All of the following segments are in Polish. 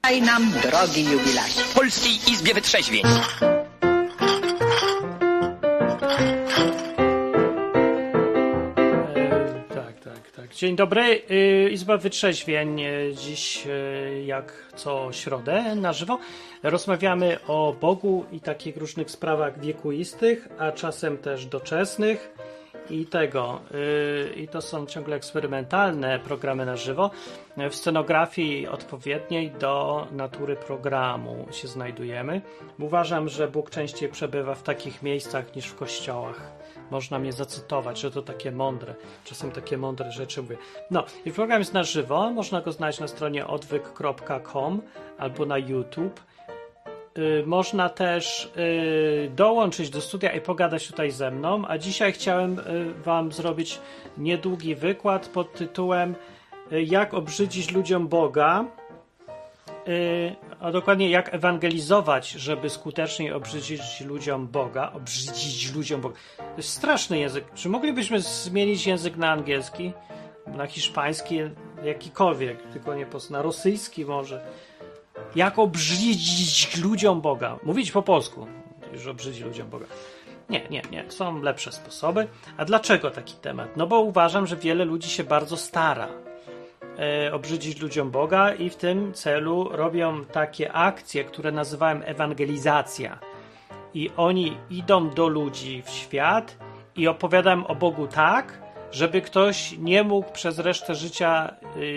Daj nam, drogi jubilacie. W Polskiej Izbie Wytrzeźwień. Tak. Dzień dobry. Izba Wytrzeźwień. Dziś, jak co środę, na żywo. Rozmawiamy o Bogu i takich różnych sprawach wiekuistych, a czasem też doczesnych. I to są ciągle eksperymentalne programy na żywo. W scenografii odpowiedniej do natury programu się znajdujemy. Uważam, że Bóg częściej przebywa w takich miejscach niż w kościołach. Można mnie zacytować, że to takie mądre. Czasem takie mądre rzeczy mówię. No, i program jest na żywo. Można go znaleźć na stronie odwyk.com albo na YouTube. Można też dołączyć do studia i pogadać tutaj ze mną, a dzisiaj chciałem wam zrobić niedługi wykład pod tytułem jak obrzydzić ludziom Boga, a dokładnie jak ewangelizować, żeby skuteczniej obrzydzić ludziom Boga. To jest straszny język. Czy moglibyśmy zmienić język na angielski, na hiszpański, jakikolwiek, tylko nie na rosyjski może? Jak obrzydzić ludziom Boga. Mówić po polsku, już obrzydzi ludziom Boga. Nie. Są lepsze sposoby. A dlaczego taki temat? No bo uważam, że wiele ludzi się bardzo stara obrzydzić ludziom Boga i w tym celu robią takie akcje, które nazywałem ewangelizacja. I oni idą do ludzi w świat i opowiadają o Bogu tak, żeby ktoś nie mógł przez resztę życia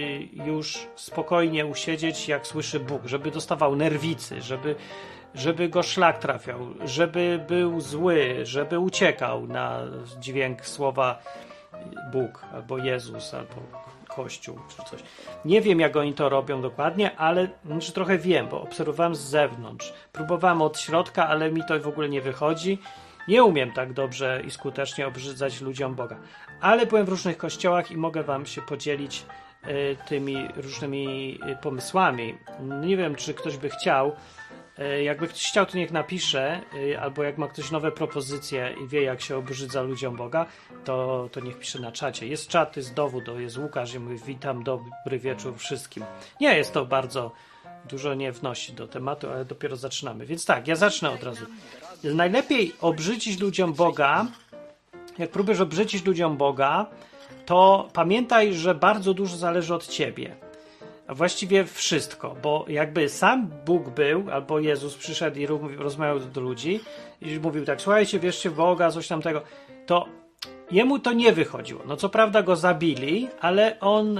już spokojnie usiedzieć, jak słyszy Bóg, żeby dostawał nerwicy, żeby go szlak trafiał, żeby był zły, żeby uciekał na dźwięk słowa Bóg, albo Jezus, albo Kościół, czy coś. Nie wiem, jak oni to robią dokładnie, ale trochę wiem, bo obserwowałem z zewnątrz. Próbowałem od środka, ale mi to w ogóle nie wychodzi. Nie umiem tak dobrze i skutecznie obrzydzać ludziom Boga. Ale byłem w różnych kościołach i mogę wam się podzielić tymi różnymi pomysłami. Nie wiem, czy ktoś by chciał. Jakby ktoś chciał, to niech napisze, albo jak ma ktoś nowe propozycje i wie, jak się obrzydza ludziom Boga, to niech pisze na czacie. Jest czat, jest dowód, jest Łukasz i mówi: witam, dobry wieczór wszystkim. Nie jest to bardzo dużo, nie wnosi do tematu, ale dopiero zaczynamy. Więc tak, ja zacznę od razu. Najlepiej obrzydzić ludziom Boga. Jak próbujesz obrzydzić ludziom Boga, to pamiętaj, że bardzo dużo zależy od ciebie. A właściwie wszystko, bo jakby sam Bóg był, albo Jezus przyszedł i rozmawiał do ludzi i mówił tak: słuchajcie, wierzcie w Boga, coś tamtego, to jemu to nie wychodziło. No co prawda go zabili, ale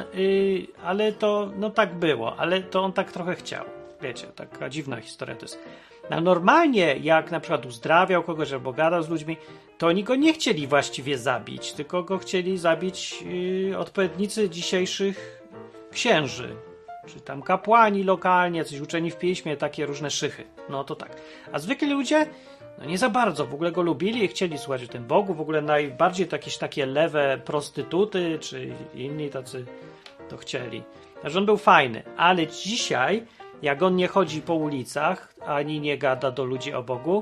ale to, no tak było, ale to on tak trochę chciał. Wiecie, taka dziwna historia to jest. No normalnie, jak na przykład uzdrawiał kogoś albo gadał z ludźmi, to oni go nie chcieli właściwie zabić, tylko go chcieli zabić odpowiednicy dzisiejszych księży, czy tam kapłani lokalnie, coś uczeni w piśmie, takie różne szychy. No to tak. A zwykli ludzie, no nie za bardzo, w ogóle go lubili i chcieli słuchać o tym Bogu, w ogóle najbardziej jakieś takie lewe prostytuty, czy inni tacy to chcieli. Także on był fajny, ale dzisiaj, jak on nie chodzi po ulicach, ani nie gada do ludzi o Bogu,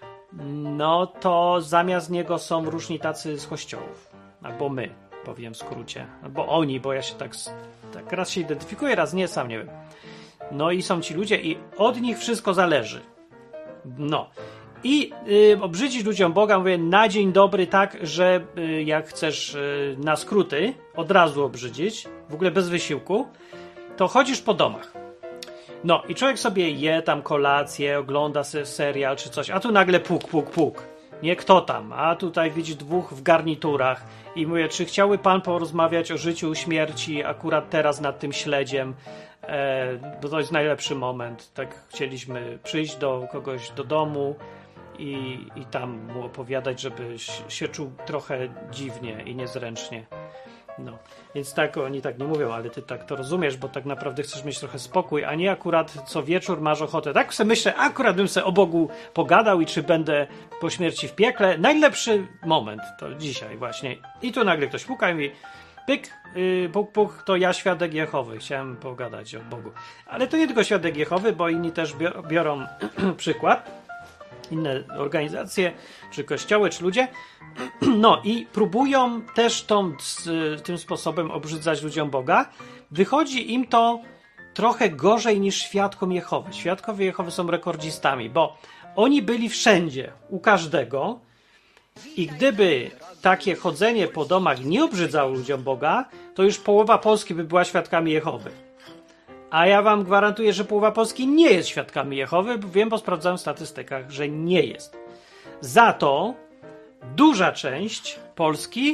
no to zamiast niego są różni tacy z kościołów. Albo my, powiem w skrócie. Albo oni, bo ja się tak raz się identyfikuję, raz nie, sam nie wiem. No i są ci ludzie i od nich wszystko zależy. No. I obrzydzić ludziom Boga, mówię, na dzień dobry tak, że jak chcesz na skróty od razu obrzydzić, w ogóle bez wysiłku, to chodzisz po domach. No i człowiek sobie je tam kolację, ogląda serial czy coś, a tu nagle puk. Nie, kto tam? A tutaj widzi dwóch w garniturach i mówię: czy chciałby pan porozmawiać o życiu, śmierci akurat teraz nad tym śledziem? Bo to jest najlepszy moment. Tak chcieliśmy przyjść do kogoś do domu i tam mu opowiadać, żeby się czuł trochę dziwnie i niezręcznie. No, więc tak oni tak nie mówią, ale ty tak to rozumiesz, bo tak naprawdę chcesz mieć trochę spokój, a nie akurat co wieczór masz ochotę. Tak sobie myślę, akurat bym sobie o Bogu pogadał i czy będę po śmierci w piekle. Najlepszy moment to dzisiaj właśnie. I tu nagle ktoś puka i mówi: pyk, puk, to ja świadek Jehowy. Chciałem pogadać o Bogu. Ale to nie tylko świadek Jehowy, bo inni też biorą przykład. Inne organizacje, czy kościoły, czy ludzie. No i próbują też tym sposobem obrzydzać ludziom Boga. Wychodzi im to trochę gorzej niż Świadkom Jehowy. Świadkowie Jehowy są rekordzistami, bo oni byli wszędzie, u każdego i gdyby takie chodzenie po domach nie obrzydzało ludziom Boga, to już połowa Polski by była Świadkami Jehowy. A ja wam gwarantuję, że połowa Polski nie jest Świadkami Jehowy, bo wiem, bo sprawdzałem w statystykach, że nie jest. Za to duża część Polski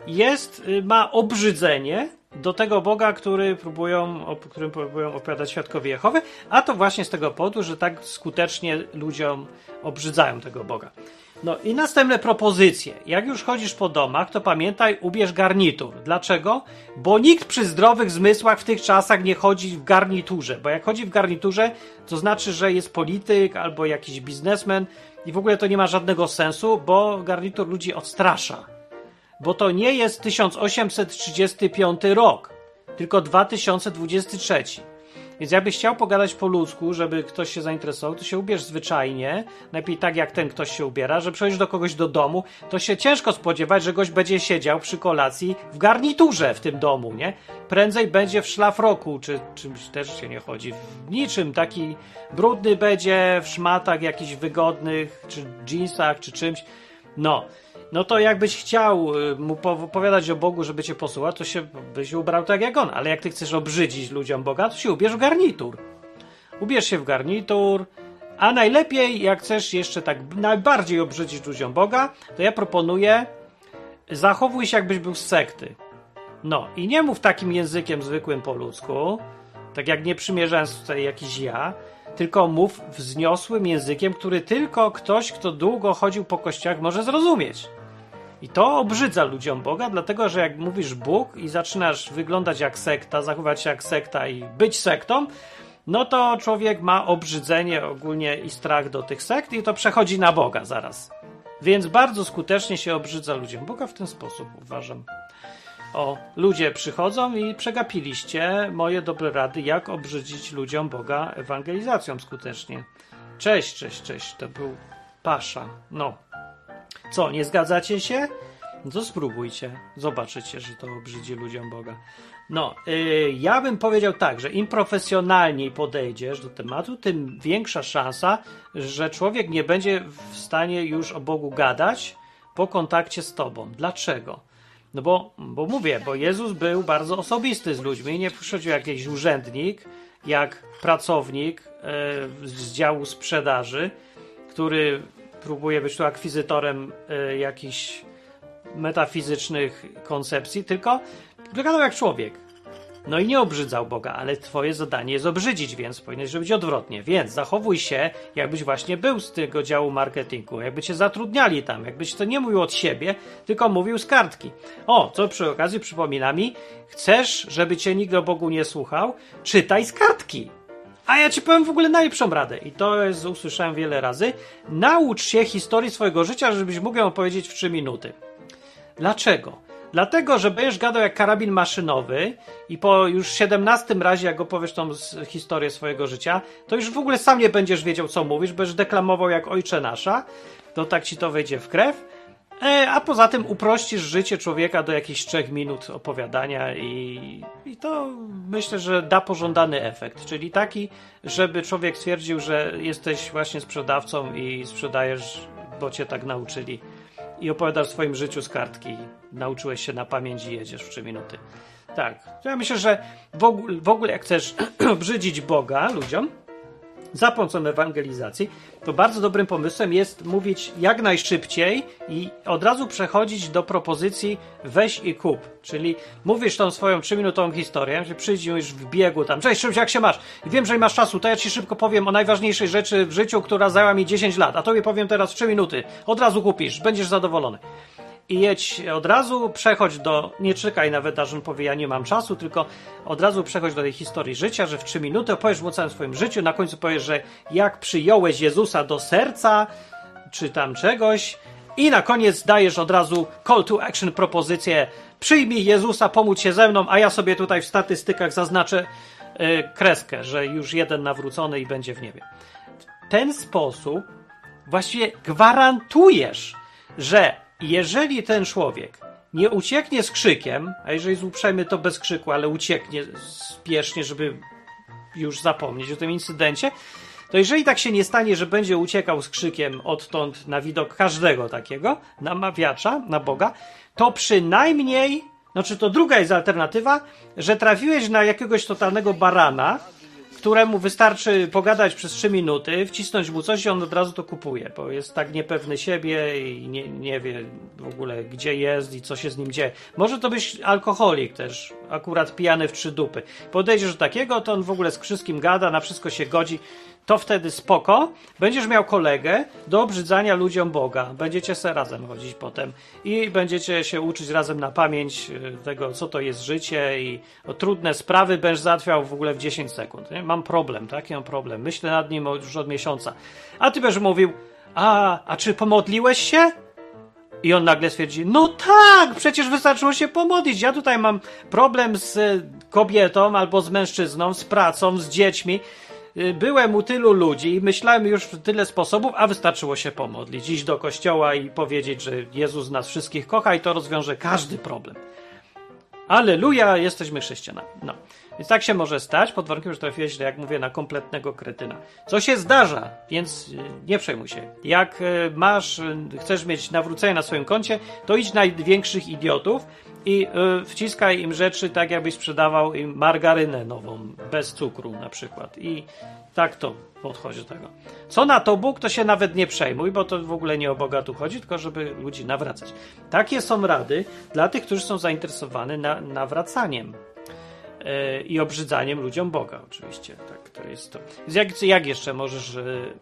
ma obrzydzenie do tego Boga, którym próbują opowiadać Świadkowie Jehowy, a to właśnie z tego powodu, że tak skutecznie ludziom obrzydzają tego Boga. No i następne propozycje. Jak już chodzisz po domach, to pamiętaj, ubierz garnitur. Dlaczego? Bo nikt przy zdrowych zmysłach w tych czasach nie chodzi w garniturze. Bo jak chodzi w garniturze, to znaczy, że jest polityk albo jakiś biznesmen i w ogóle to nie ma żadnego sensu, bo garnitur ludzi odstrasza. Bo to nie jest 1835 rok, tylko 2023. Więc jakbyś chciał pogadać po ludzku, żeby ktoś się zainteresował, to się ubierz zwyczajnie, najlepiej tak jak ten ktoś się ubiera, że przychodzisz do kogoś do domu, to się ciężko spodziewać, że gość będzie siedział przy kolacji w garniturze w tym domu, nie? Prędzej będzie w szlafroku, czy czymś też się nie chodzi, w niczym, taki brudny będzie, w szmatach jakichś wygodnych, czy dżinsach, czy czymś, no to jakbyś chciał mu opowiadać o Bogu, żeby cię posłuchał, to byś ubrał tak jak on. Ale jak ty chcesz obrzydzić ludziom Boga, to się ubierz w garnitur. Ubierz się w garnitur, a najlepiej, jak chcesz jeszcze tak najbardziej obrzydzić ludziom Boga, to ja proponuję, zachowuj się, jakbyś był z sekty. No i nie mów takim językiem zwykłym po ludzku, tak jak nie przymierzając tutaj jakiś tylko mów wzniosłym językiem, który tylko ktoś, kto długo chodził po kościołach, może zrozumieć. I to obrzydza ludziom Boga, dlatego że jak mówisz Bóg i zaczynasz wyglądać jak sekta, zachowywać się jak sekta i być sektą, no to człowiek ma obrzydzenie ogólnie i strach do tych sekt i to przechodzi na Boga zaraz. Więc bardzo skutecznie się obrzydza ludziom Boga w ten sposób, uważam. Ludzie przychodzą i przegapiliście moje dobre rady, jak obrzydzić ludziom Boga ewangelizacją skutecznie. Cześć, to był Pasza. No. Co, nie zgadzacie się? No to spróbujcie. Zobaczycie, że to obrzydzi ludziom Boga. Ja bym powiedział tak, że im profesjonalniej podejdziesz do tematu, tym większa szansa, że człowiek nie będzie w stanie już o Bogu gadać po kontakcie z tobą. Dlaczego? No bo Jezus był bardzo osobisty z ludźmi, nie przychodził jakiś urzędnik, jak pracownik z działu sprzedaży, który próbuje być tu akwizytorem jakichś metafizycznych koncepcji, tylko wyglądał jak człowiek. No i nie obrzydzał Boga, ale twoje zadanie jest obrzydzić, więc powinieneś robić odwrotnie. Więc zachowuj się, jakbyś właśnie był z tego działu marketingu, jakby cię zatrudniali tam, jakbyś to nie mówił od siebie, tylko mówił z kartki. Co przy okazji przypomina mi, chcesz, żeby cię nikt o Bogu nie słuchał? Czytaj z kartki. A ja ci powiem w ogóle najlepszą radę i to usłyszałem wiele razy. Naucz się historii swojego życia, żebyś mógł ją opowiedzieć w 3 minuty. Dlaczego? Dlatego, że będziesz gadał jak karabin maszynowy i po już 17 razie, jak opowiesz tą historię swojego życia, to już w ogóle sam nie będziesz wiedział, co mówisz, będziesz deklamował jak Ojcze Nasza, to tak ci to wejdzie w krew, a poza tym uprościsz życie człowieka do jakichś 3 minut opowiadania i to myślę, że da pożądany efekt, czyli taki, żeby człowiek stwierdził, że jesteś właśnie sprzedawcą i sprzedajesz, bo cię tak nauczyli. I opowiadasz o swoim życiu z kartki. Nauczyłeś się na pamięć i jedziesz w 3 minuty. Tak. Ja myślę, że w ogóle jak chcesz obrzydzić Boga ludziom za pomocą ewangelizacji, to bardzo dobrym pomysłem jest mówić jak najszybciej i od razu przechodzić do propozycji weź i kup. Czyli mówisz tą swoją 3-minutową historię, że przyjdziesz w biegu tam, cześć, jak się masz? I wiem, że nie masz czasu, to ja ci szybko powiem o najważniejszej rzeczy w życiu, która zajęła mi 10 lat, a tobie powiem teraz w 3 minuty. Od razu kupisz, będziesz zadowolony. I jedź od razu, przechodź nie czekaj nawet, aż on powie, ja nie mam czasu, tylko od razu przechodź do tej historii życia, że w 3 minuty opowiesz o całym swoim życiu, na końcu powiesz, że jak przyjąłeś Jezusa do serca, czy tam czegoś i na koniec dajesz od razu call to action, propozycję, przyjmij Jezusa, pomódl się ze mną, a ja sobie tutaj w statystykach zaznaczę kreskę, że już 1 nawrócony i będzie w niebie. W ten sposób właściwie gwarantujesz, że jeżeli ten człowiek nie ucieknie z krzykiem, a jeżeli jest uprzejmy, to bez krzyku, ale ucieknie spiesznie, żeby już zapomnieć o tym incydencie, to jeżeli tak się nie stanie, że będzie uciekał z krzykiem odtąd na widok każdego takiego namawiacza na Boga, to przynajmniej, znaczy to druga jest alternatywa, że trafiłeś na jakiegoś totalnego barana, któremu wystarczy pogadać przez 3 minuty, wcisnąć mu coś i on od razu to kupuje, bo jest tak niepewny siebie i nie wie w ogóle gdzie jest i co się z nim dzieje. Może to być alkoholik też, akurat pijany w 3 dupy. Podejdziesz do takiego, to on w ogóle z wszystkim gada, na wszystko się godzi, to wtedy spoko. Będziesz miał kolegę do obrzydzania ludziom Boga. Będziecie se razem chodzić potem i będziecie się uczyć razem na pamięć tego, co to jest życie i o trudne sprawy będziesz załatwiał w ogóle w 10 sekund. Nie? Mam problem, tak? Ja mam problem. Myślę nad nim już od miesiąca. A ty będziesz mówił, a czy pomodliłeś się? I on nagle stwierdzi, no tak, przecież wystarczyło się pomodlić. Ja tutaj mam problem z kobietą albo z mężczyzną, z pracą, z dziećmi. Byłem u tylu ludzi i myślałem już w tyle sposobów, a wystarczyło się pomodlić, iść do kościoła i powiedzieć, że Jezus nas wszystkich kocha i to rozwiąże każdy problem. Alleluja, jesteśmy chrześcijanami. No, więc tak się może stać, pod warunkiem, że trafiłeś, jak mówię, na kompletnego kretyna. Co się zdarza, więc nie przejmuj się. Jak chcesz mieć nawrócenie na swoim koncie, to idź na największych idiotów i wciskaj im rzeczy tak, jakbyś sprzedawał im margarynę nową, bez cukru na przykład. I tak to podchodzi do tego. Co na to Bóg, to się nawet nie przejmuj, bo to w ogóle nie o Boga tu chodzi, tylko żeby ludzi nawracać. Takie są rady dla tych, którzy są zainteresowani nawracaniem i obrzydzaniem ludziom Boga, oczywiście. Tak, to jest to. Jak jeszcze możesz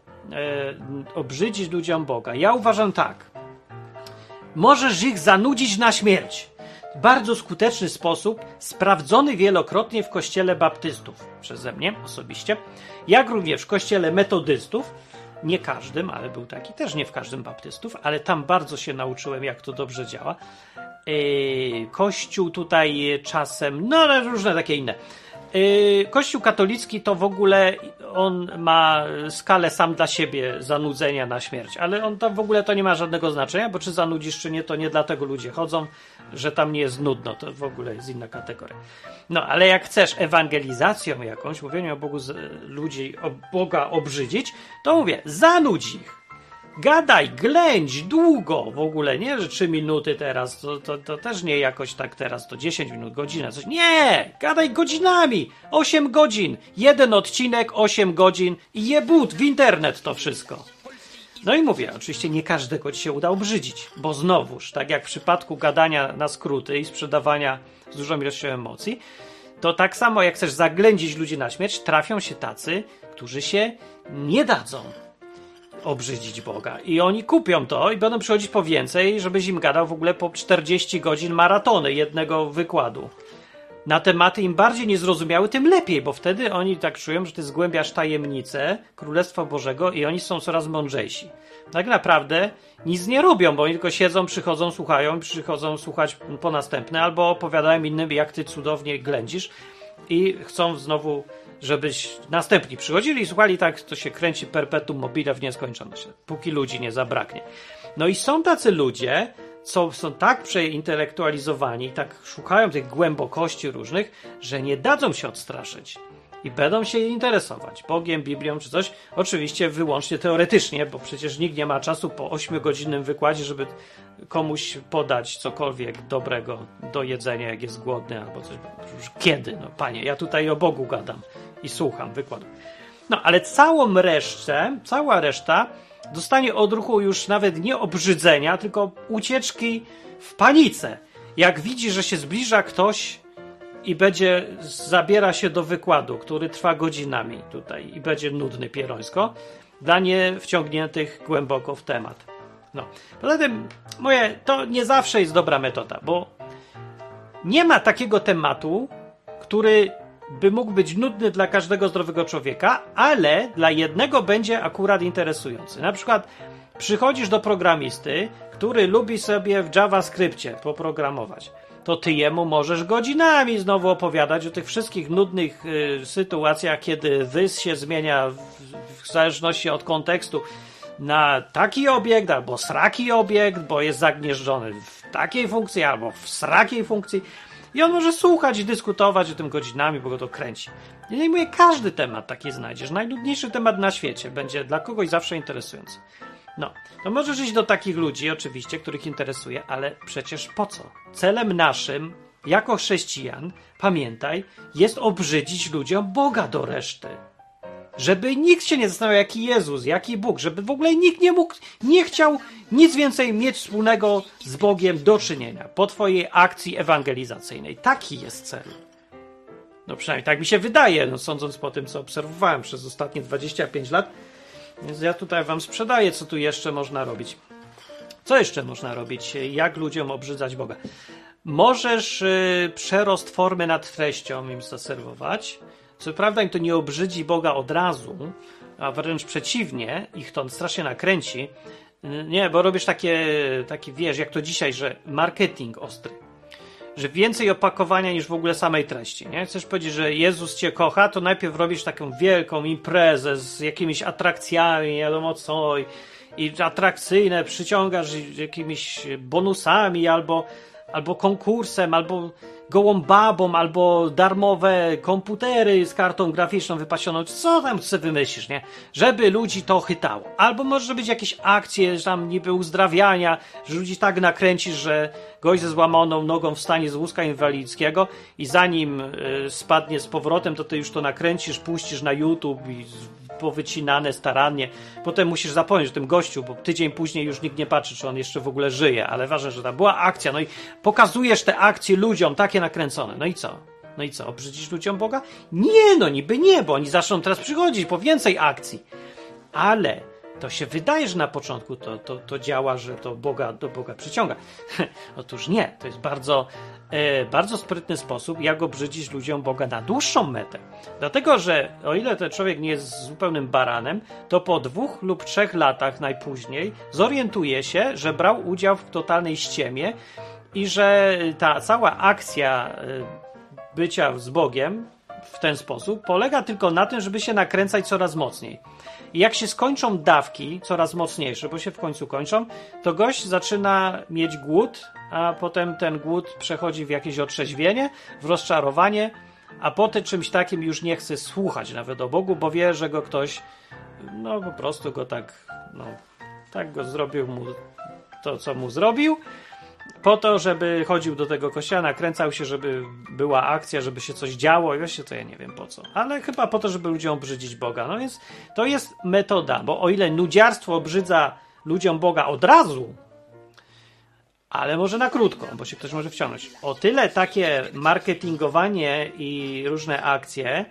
obrzydzić ludziom Boga? Ja uważam tak. Możesz ich zanudzić na śmierć. Bardzo skuteczny sposób, sprawdzony wielokrotnie w kościele baptystów przeze mnie osobiście, jak również w kościele metodystów, nie każdym, ale był taki, też nie w każdym baptystów, ale tam bardzo się nauczyłem, jak to dobrze działa. Kościół tutaj czasem, no ale różne takie inne. Kościół katolicki to w ogóle on ma skalę sam dla siebie zanudzenia na śmierć, ale on tam w ogóle to nie ma żadnego znaczenia, bo czy zanudzisz, czy nie, to nie dlatego ludzie chodzą, że tam nie jest nudno, to w ogóle jest inna kategoria. No, ale jak chcesz ewangelizacją jakąś, mówieniu o Bogu ludzi, o Boga obrzydzić, to mówię, zanudź ich. Gadaj, ględź, długo w ogóle, nie, że 3 minuty teraz, to też nie jakoś tak teraz, to 10 minut, godzinę, coś. Nie, gadaj godzinami, 8 godzin, jeden odcinek, 8 godzin i jebut w internet to wszystko. No i mówię, oczywiście nie każdego ci się uda obrzydzić, bo znowuż, tak jak w przypadku gadania na skróty i sprzedawania z dużą ilością emocji, to tak samo jak chcesz zaględzić ludzi na śmierć, trafią się tacy, którzy się nie dadzą obrzydzić Boga. I oni kupią to i będą przychodzić po więcej, żebyś im gadał w ogóle po 40 godzin maratony jednego wykładu. Na tematy im bardziej niezrozumiałe, tym lepiej, bo wtedy oni tak czują, że ty zgłębiasz tajemnicę Królestwa Bożego i oni są coraz mądrzejsi. Tak naprawdę nic nie robią, bo oni tylko siedzą, przychodzą, słuchają, przychodzą słuchać po następne, albo opowiadają innym, jak ty cudownie ględzisz i chcą znowu, żebyś następni przychodzili i słuchali, tak to się kręci perpetuum mobile w nieskończoność, póki ludzi nie zabraknie. No i są tacy ludzie, co są tak przeintelektualizowani, tak szukają tych głębokości różnych, że nie dadzą się odstraszyć i będą się interesować Bogiem, Biblią czy coś. Oczywiście wyłącznie teoretycznie, bo przecież nikt nie ma czasu po 8-godzinnym wykładzie, żeby komuś podać cokolwiek dobrego do jedzenia, jak jest głodny albo coś. Kiedy? No panie, ja tutaj o Bogu gadam i słucham wykładu. No ale cała reszta dostanie odruchu już nawet nie obrzydzenia, tylko ucieczki w panice. Jak widzi, że się zbliża ktoś i zabiera się do wykładu, który trwa godzinami tutaj i będzie nudny pierońsko, dla niewciągniętych głęboko w temat. No. Poza tym to nie zawsze jest dobra metoda, bo nie ma takiego tematu, który by mógł być nudny dla każdego zdrowego człowieka, ale dla jednego będzie akurat interesujący. Na przykład przychodzisz do programisty, który lubi sobie w JavaScriptie poprogramować. To ty jemu możesz godzinami znowu opowiadać o tych wszystkich nudnych sytuacjach, kiedy this się zmienia w zależności od kontekstu na taki obiekt albo sraki obiekt, bo jest zagnieżdżony w takiej funkcji albo w srakiej funkcji. I on może słuchać i dyskutować o tym godzinami, bo go to kręci. Ja nie mówię, każdy temat taki znajdziesz. Najnudniejszy temat na świecie będzie dla kogoś zawsze interesujący. No, to możesz iść do takich ludzi, oczywiście, których interesuje, ale przecież po co? Celem naszym, jako chrześcijan, pamiętaj, jest obrzydzić ludziom Boga do reszty. Żeby nikt się nie zastanawiał, jaki Jezus, jaki Bóg, żeby w ogóle nikt nie chciał nic więcej mieć wspólnego z Bogiem do czynienia po twojej akcji ewangelizacyjnej. Taki jest cel. No przynajmniej tak mi się wydaje, no sądząc po tym, co obserwowałem przez ostatnie 25 lat. Więc ja tutaj wam sprzedaję, co tu jeszcze można robić. Co jeszcze można robić? Jak ludziom obrzydzać Boga? Możesz przerost formy nad treścią im zaserwować. Co prawda im to nie obrzydzi Boga od razu, a wręcz przeciwnie, ich to strasznie nakręci. Nie, bo robisz taki wiesz, jak to dzisiaj, że marketing ostry. Że więcej opakowania niż w ogóle samej treści, nie? Chcesz powiedzieć, że Jezus cię kocha, to najpierw robisz taką wielką imprezę z jakimiś atrakcjami, nie wiadomo co, i atrakcyjne, przyciągasz jakimiś bonusami, albo konkursem, albo gołą babą, albo darmowe komputery z kartą graficzną wypasioną, co tam sobie wymyślisz, nie? Żeby ludzi to chytało. Albo może być jakieś akcje, tam niby uzdrawiania, że ludzi tak nakręcisz, że gość ze złamaną nogą wstanie z wózka inwalidzkiego i zanim spadnie z powrotem, to ty już to nakręcisz, puścisz na YouTube i powycinane starannie. Potem musisz zapomnieć o tym gościu, bo tydzień później już nikt nie patrzy, czy on jeszcze w ogóle żyje, ale ważne, że tam była akcja, no i pokazujesz te akcje ludziom, takie nakręcone. No i co? No i co? Obrzydzisz ludziom Boga? Nie, no niby nie, bo oni zaczną teraz przychodzić po więcej akcji. Ale to się wydaje, że na początku to działa, że to do Boga przyciąga. Otóż nie. To jest bardzo sprytny sposób, jak obrzydzić ludziom Boga na dłuższą metę. Dlatego, że o ile ten człowiek nie jest zupełnym baranem, to po 2 lub 3 latach najpóźniej zorientuje się, że brał udział w totalnej ściemie i że ta cała akcja bycia z Bogiem w ten sposób polega tylko na tym, żeby się nakręcać coraz mocniej. I jak się skończą dawki, coraz mocniejsze, bo się w końcu kończą, to gość zaczyna mieć głód, a potem ten głód przechodzi w jakieś otrzeźwienie, w rozczarowanie, a potem czymś takim już nie chce słuchać nawet o Bogu, bo wie, że go ktoś, no po prostu go tak go zrobił mu to, co mu zrobił, po to, żeby chodził do tego kościoła, nakręcał się, żeby była akcja, żeby się coś działo i właśnie to ja nie wiem po co. Ale chyba po to, żeby ludziom obrzydzić Boga. No więc to jest metoda, bo o ile nudziarstwo obrzydza ludziom Boga od razu, ale może na krótko, bo się ktoś może wciągnąć. O tyle takie marketingowanie i różne akcje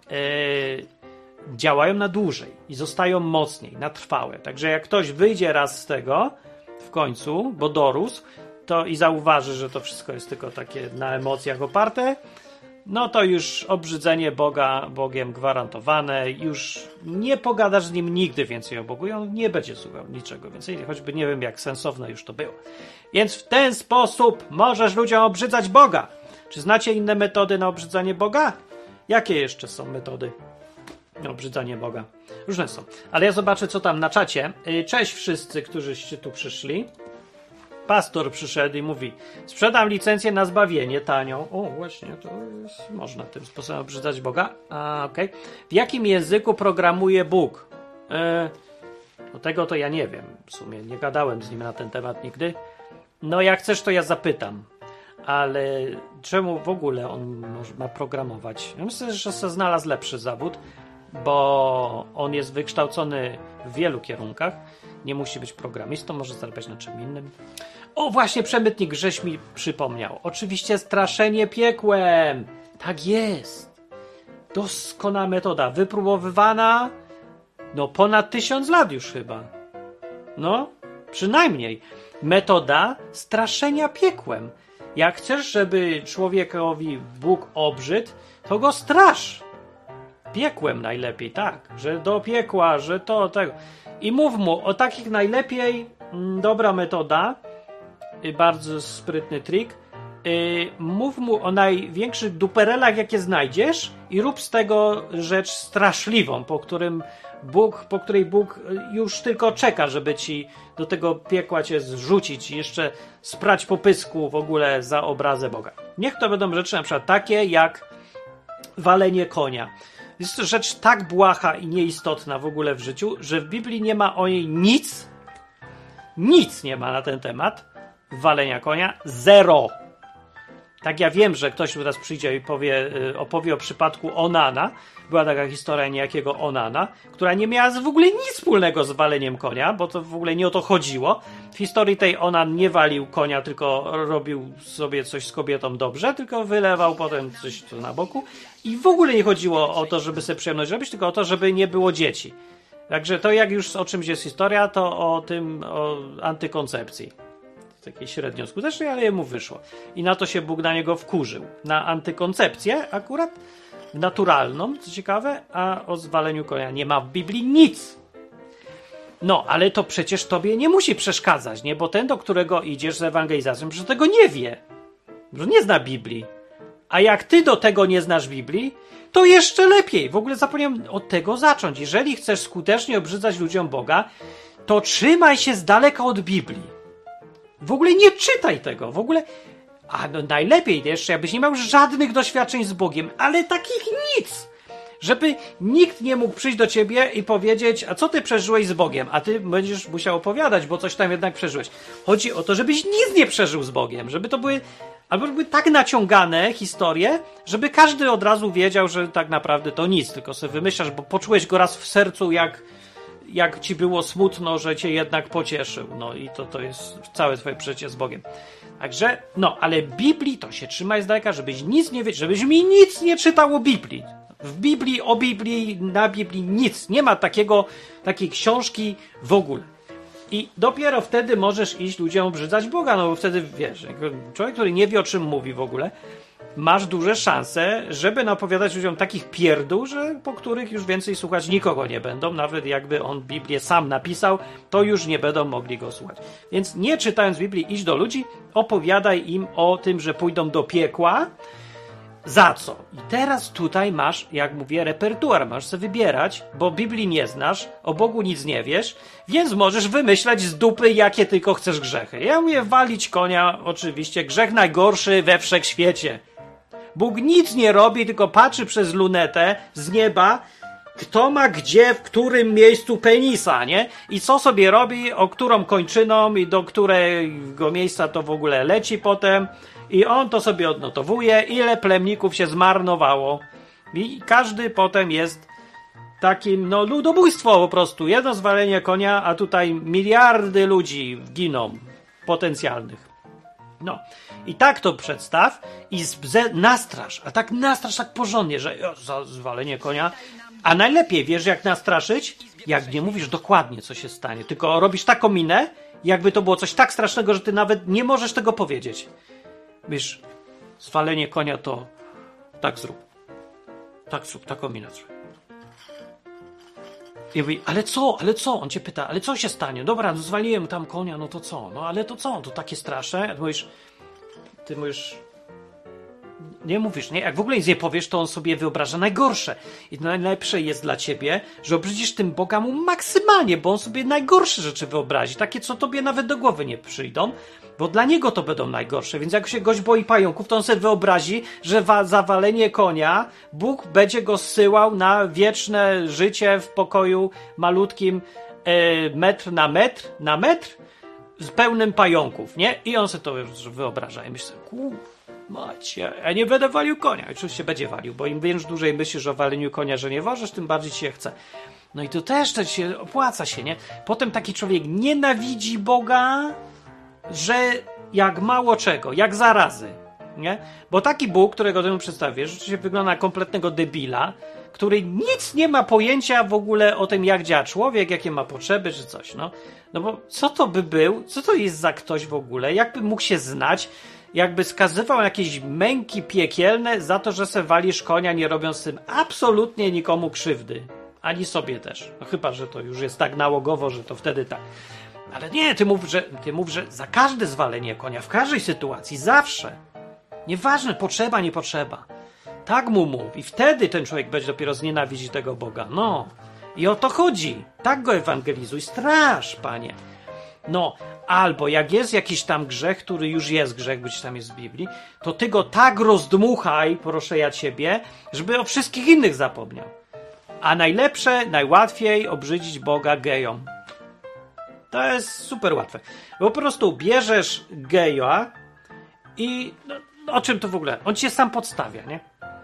działają na dłużej i zostają mocniej, na trwałe. Także jak ktoś wyjdzie raz z tego w końcu, bo dorósł, to i zauważy, że to wszystko jest tylko takie na emocjach oparte, no to już obrzydzenie Bogiem gwarantowane, już nie pogadasz z nim nigdy więcej o Bogu i on nie będzie słuchał niczego więcej, choćby nie wiem, jak sensowne już to było. Więc w ten sposób możesz ludziom obrzydzać Boga. Czy znacie inne metody na obrzydzanie Boga? Jakie jeszcze są metody na obrzydzanie Boga? Różne są. Ale ja zobaczę, co tam na czacie. Cześć wszyscy, którzyście tu przyszli. Pastor przyszedł i mówi: sprzedam licencję na zbawienie tanią. O, właśnie, to jest, można tym sposobem obrzydzać Boga. Okej. W jakim języku programuje Bóg? No tego to ja nie wiem. W sumie nie gadałem z nim na ten temat nigdy. No jak chcesz, to ja zapytam. Ale czemu w ogóle on ma programować? Ja myślę, że sobie znalazł lepszy zawód, bo on jest wykształcony w wielu kierunkach. Nie musi być programistą, może zarabiać na czym innym. O, właśnie przemytnik Grześ mi przypomniał. Oczywiście straszenie piekłem. Tak jest. Doskonała metoda. Wypróbowywana ponad 1000 lat już chyba. No, przynajmniej. Metoda straszenia piekłem. Jak chcesz, żeby człowiekowi Bóg obrzydł, to go strasz. Piekłem najlepiej, tak. Że do piekła, że to, tego. I mów mu o takich najlepiej, dobra metoda, bardzo sprytny trik, mów mu o największych duperelach, jakie znajdziesz i rób z tego rzecz straszliwą, po której Bóg już tylko czeka, żeby ci do tego piekła cię zrzucić i jeszcze sprać po pysku w ogóle za obrazę Boga. Niech to będą rzeczy na przykład takie jak walenie konia. Jest to rzecz tak błaha i nieistotna w ogóle w życiu, że w Biblii nie ma o niej nic nie ma na ten temat walenia konia. Zero. Tak, ja wiem, że ktoś teraz przyjdzie i opowie o przypadku Onana. Była taka historia niejakiego Onana, która nie miała w ogóle nic wspólnego z waleniem konia, bo to w ogóle nie o to chodziło. W historii tej Onan nie walił konia, tylko robił sobie coś z kobietą dobrze, tylko wylewał potem coś tu na boku. I w ogóle nie chodziło o to, żeby sobie przyjemność robić, tylko o to, żeby nie było dzieci. Także to jak już o czymś jest historia, to o antykoncepcji. Takiej średnio skutecznej, ale jemu wyszło. I na to się Bóg na niego wkurzył. Na antykoncepcję akurat, naturalną, co ciekawe, a o zwaleniu konia nie ma w Biblii nic. No, ale to przecież tobie nie musi przeszkadzać, nie? Bo ten, do którego idziesz z ewangelizacją, przecież tego nie wie. Że nie zna Biblii. A jak ty do tego nie znasz Biblii, to jeszcze lepiej. W ogóle zapomniałem od tego zacząć. Jeżeli chcesz skutecznie obrzydzać ludziom Boga, to trzymaj się z daleka od Biblii. W ogóle nie czytaj tego, w ogóle, no najlepiej jeszcze, jakbyś nie miał żadnych doświadczeń z Bogiem, ale takich nic, żeby nikt nie mógł przyjść do ciebie i powiedzieć, a co ty przeżyłeś z Bogiem, a ty będziesz musiał opowiadać, bo coś tam jednak przeżyłeś. Chodzi o to, żebyś nic nie przeżył z Bogiem, żeby to były tak naciągane historie, żeby każdy od razu wiedział, że tak naprawdę to nic, tylko sobie wymyślasz, bo poczułeś go raz w sercu, jak ci było smutno, że cię jednak pocieszył. No i to jest całe twoje przeżycie z Bogiem. Także, ale Biblii to się trzymaj z daleka, żebyś nic nie wiedział, żebyś mi nic nie czytał o Biblii. W Biblii, o Biblii, na Biblii nic. Nie ma takiej książki w ogóle. I dopiero wtedy możesz iść ludziom obrzydzać Boga, no bo wtedy, wiesz, człowiek, który nie wie, o czym mówi w ogóle, masz duże szanse, żeby napowiadać ludziom takich pierdół, po których już więcej słuchać nikogo nie będą. Nawet jakby on Biblię sam napisał, to już nie będą mogli go słuchać. Więc nie czytając Biblii, idź do ludzi, opowiadaj im o tym, że pójdą do piekła. Za co? I teraz tutaj masz, jak mówię, repertuar. Masz sobie wybierać, bo Biblii nie znasz, o Bogu nic nie wiesz, więc możesz wymyślać z dupy, jakie tylko chcesz grzechy. Ja mówię, walić konia, oczywiście, grzech najgorszy we wszechświecie. Bóg nic nie robi, tylko patrzy przez lunetę z nieba, kto ma gdzie, w którym miejscu penisa, nie? I co sobie robi, o którą kończyną i do którego miejsca to w ogóle leci potem. I on to sobie odnotowuje, ile plemników się zmarnowało. I każdy potem jest takim, ludobójstwo po prostu. Jedno zwalenie konia, a tutaj miliardy ludzi giną, potencjalnych. No. I tak to przedstaw i nastrasz, a tak nastrasz tak porządnie, że za zwalenie konia. A najlepiej, wiesz jak nastraszyć? Jak nie mówisz dokładnie, co się stanie, tylko robisz taką minę, jakby to było coś tak strasznego, że ty nawet nie możesz tego powiedzieć. Wiesz, zwalenie konia to tak zrób. Tak zrób, taką minę zrób. I mówi, ale co? On cię pyta, ale co się stanie? Dobra, zwaliłem tam konia, no to co? No ale to co? To takie straszne? Ty mówisz, nie mówisz, nie? Jak w ogóle nic nie powiesz, to on sobie wyobraża najgorsze. I najlepsze jest dla ciebie, że obrzydzisz tym Boga mu maksymalnie, bo on sobie najgorsze rzeczy wyobrazi. Takie, co tobie nawet do głowy nie przyjdą, bo dla niego to będą najgorsze. Więc jak się gość boi pająków, to on sobie wyobrazi, że za walenie konia Bóg będzie go zsyłał na wieczne życie w pokoju malutkim metr na metr z pełnym pająków, nie? I on sobie to wyobraża. I myśli, macie, ja nie będę walił konia. Oczywiście będzie walił, bo im dłużej myślisz o waleniu konia, że nie możesz, tym bardziej ci się chce. No i to też to się opłaca się, nie? Potem taki człowiek nienawidzi Boga, że jak mało czego, jak zarazy, nie? Bo taki Bóg, którego ty mu przedstawisz, rzeczywiście wygląda na kompletnego debila, który nic nie ma pojęcia w ogóle o tym, jak działa człowiek, jakie ma potrzeby, czy coś, no. No bo co to by był? Co to jest za ktoś w ogóle? Jakby mógł się znać? Jakby skazywał jakieś męki piekielne za to, że se walisz konia, nie robiąc z tym absolutnie nikomu krzywdy. Ani sobie też. No chyba, że to już jest tak nałogowo, że to wtedy tak. Ale nie, ty mów, że za każde zwalenie konia, w każdej sytuacji, zawsze, Nieważne, potrzeba, nie potrzeba. Tak mu mów i wtedy ten człowiek będzie dopiero znienawidzić tego Boga. No. I o to chodzi. Tak go ewangelizuj. Straż, panie. No, albo jak jest jakiś tam grzech, który już jest grzech, być tam jest w Biblii, to ty go tak rozdmuchaj, proszę ja ciebie, żeby o wszystkich innych zapomniał. A najlepsze, najłatwiej obrzydzić Boga gejom. To jest super łatwe. Po prostu bierzesz geja i o czym to w ogóle? On cię sam podstawia, nie?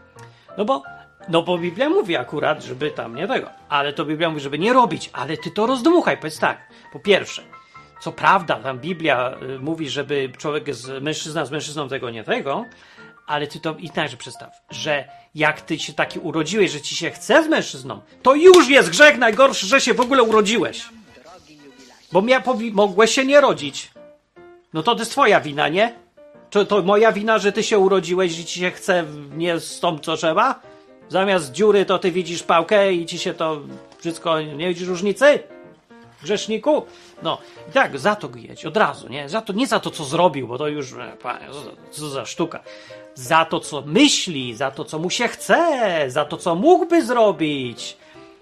No bo Biblia mówi akurat, żeby tam nie tego. Ale to Biblia mówi, żeby nie robić. Ale ty to rozdmuchaj. Powiedz tak. Po pierwsze, co prawda, tam Biblia mówi, żeby człowiek mężczyzna z mężczyzną tego nie tego, ale ty to i także przedstaw, że jak ty się taki urodziłeś, że ci się chce z mężczyzną, to już jest grzech najgorszy, że się w ogóle urodziłeś. Bo mogłeś się nie rodzić. No to jest twoja wina, nie? To moja wina, że ty się urodziłeś i ci się chce nie z tą, co trzeba? Zamiast dziury to ty widzisz pałkę i ci się to wszystko, nie widzisz różnicy? Grzeszniku? No, i tak, za to jedź, od razu, nie? Nie za to, co zrobił, bo to już, panie, co za sztuka. Za to, co myśli, za to, co mu się chce, za to, co mógłby zrobić.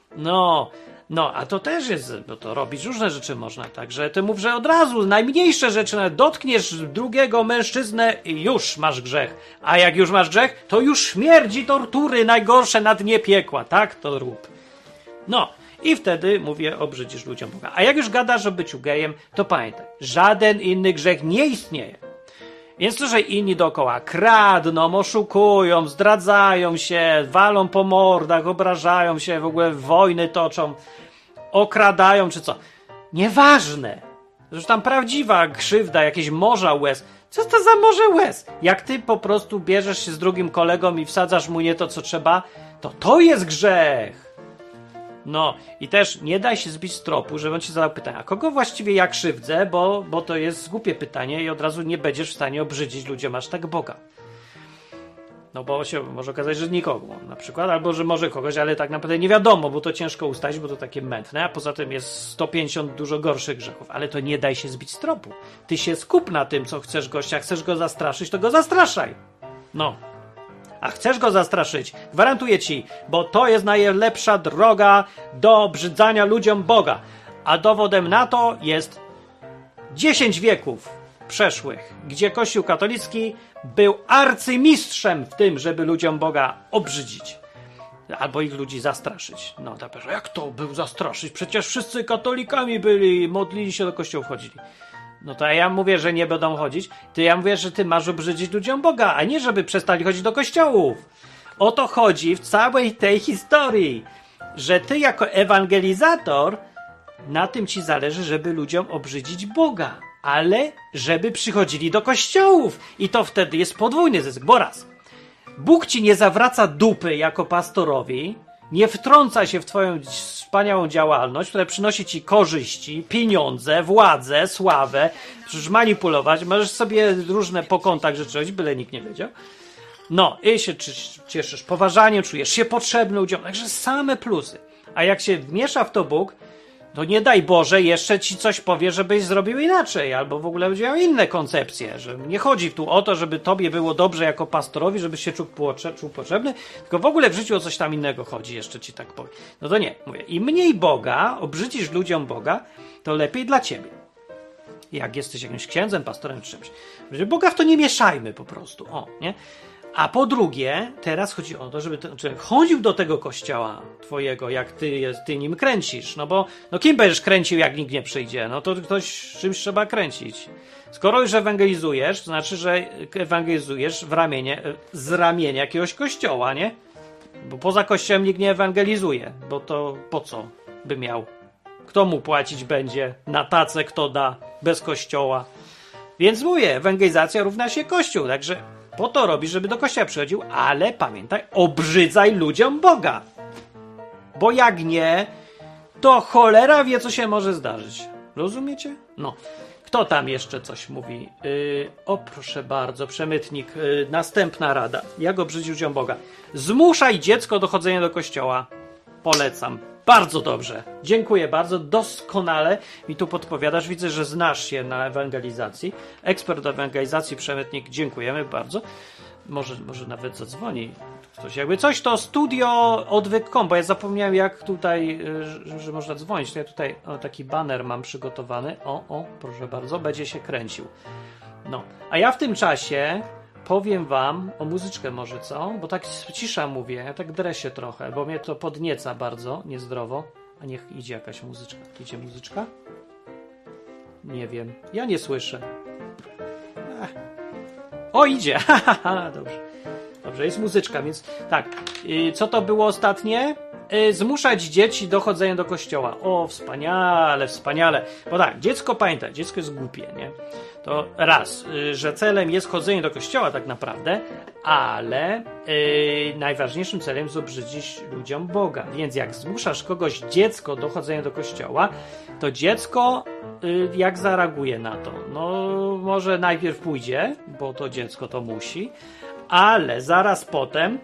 No, a to też jest, bo to robić różne rzeczy można, także ty mów, że od razu, najmniejsze rzeczy, nawet dotkniesz drugiego mężczyznę i już masz grzech. A jak już masz grzech, to już śmierdzi tortury najgorsze na dnie piekła, tak to rób. No, i wtedy, mówię, obrzydzisz ludziom Boga. A jak już gadasz o byciu gejem, to pamiętaj, żaden inny grzech nie istnieje. Więc to, że inni dookoła kradną, oszukują, zdradzają się, walą po mordach, obrażają się, w ogóle wojny toczą, okradają czy co. Nieważne. Zresztą tam prawdziwa krzywda, jakieś morza łez. Co to za morze łez? Jak ty po prostu bierzesz się z drugim kolegą i wsadzasz mu nie to, co trzeba, to jest grzech. No i też nie daj się zbić z tropu, żeby on ci zadał pytanie, a kogo właściwie ja krzywdzę, bo to jest głupie pytanie i od razu nie będziesz w stanie obrzydzić ludziom aż tak Boga. No bo się może okazać, że nikogo na przykład, albo że może kogoś, ale tak naprawdę nie wiadomo, bo to ciężko ustalić, bo to takie mętne, a poza tym jest 150 dużo gorszych grzechów, ale to nie daj się zbić z tropu. Ty się skup na tym, co chcesz gościa, chcesz go zastraszyć, to go zastraszaj. No. A chcesz go zastraszyć? Gwarantuję ci, bo to jest najlepsza droga do obrzydzania ludziom Boga. A dowodem na to jest 10 wieków przeszłych, gdzie Kościół katolicki był arcymistrzem w tym, żeby ludziom Boga obrzydzić. Albo ich ludzi zastraszyć. No, to jak to był zastraszyć? Przecież wszyscy katolikami byli, modlili się do kościoła, wchodzili. No to ja mówię, że nie będą chodzić. Ja mówię, że ty masz obrzydzić ludziom Boga, a nie żeby przestali chodzić do kościołów. O to chodzi w całej tej historii, że ty jako ewangelizator, na tym ci zależy, żeby ludziom obrzydzić Boga, ale żeby przychodzili do kościołów. I to wtedy jest podwójny zysk, bo raz, Bóg ci nie zawraca dupy jako pastorowi, nie wtrąca się w twoją wspaniałą działalność, która przynosi ci korzyści, pieniądze, władzę, sławę, przecież manipulować, możesz sobie różne po kątach rzeczy robić, byle nikt nie wiedział. No, i się cieszysz poważaniem, czujesz się potrzebny ludziom, także same plusy. A jak się wmiesza w to Bóg, to nie daj Boże, jeszcze ci coś powie, żebyś zrobił inaczej, albo w ogóle będzie miał inne koncepcje, że nie chodzi tu o to, żeby tobie było dobrze jako pastorowi, żebyś się czuł potrzebny, tylko w ogóle w życiu o coś tam innego chodzi, jeszcze ci tak powiem. No to nie, mówię, im mniej Boga, obrzydzisz ludziom Boga, to lepiej dla ciebie. Jak jesteś jakimś księdzem, pastorem czy czymś. Boga w to nie mieszajmy po prostu, nie? A po drugie, teraz chodzi o to, żeby ten człowiek chodził do tego kościoła twojego, jak ty nim kręcisz. No bo kim będziesz kręcił, jak nikt nie przyjdzie? No to ktoś czymś trzeba kręcić. Skoro już ewangelizujesz, to znaczy, że ewangelizujesz z ramienia jakiegoś kościoła, nie? Bo poza kościołem nikt nie ewangelizuje, bo to po co by miał? Kto mu płacić będzie? Na tacę kto da? Bez kościoła. Więc mówię, ewangelizacja równa się kościół, także po to robisz, żeby do kościoła przychodził, ale pamiętaj, obrzydzaj ludziom Boga. Bo jak nie, to cholera wie, co się może zdarzyć. Rozumiecie? No. Kto tam jeszcze coś mówi? Proszę bardzo, przemytnik. Następna rada. Jak obrzydzić ludziom Boga? Zmuszaj dziecko do chodzenia do kościoła. Polecam. Bardzo dobrze. Dziękuję bardzo. Doskonale mi tu podpowiadasz. Widzę, że znasz się na ewangelizacji. Ekspert ewangelizacji, Przemytnik, dziękujemy bardzo. Może nawet zadzwoni ktoś. Jakby coś, to studio odwyk.com, bo ja zapomniałem, jak tutaj, że można dzwonić. Ja tutaj taki baner mam przygotowany. Proszę bardzo, będzie się kręcił. No, a ja w tym czasie powiem wam o muzyczkę może, co? Bo tak cisza mówię, ja tak dreszę trochę, bo mnie to podnieca bardzo, niezdrowo. A niech idzie jakaś muzyczka. Idzie muzyczka? Nie wiem, ja nie słyszę. O, idzie! Dobrze, jest muzyczka, więc tak. Co to było ostatnie? Zmuszać dzieci do chodzenia do kościoła. O, wspaniale. Bo tak, dziecko, pamiętaj, dziecko jest głupie, nie? To raz, że celem jest chodzenie do kościoła tak naprawdę, ale najważniejszym celem jest obrzydzić ludziom Boga. Więc jak zmuszasz dziecko do chodzenia do kościoła, to dziecko jak zareaguje na to? No, może najpierw pójdzie, bo to dziecko to musi, ale zaraz potem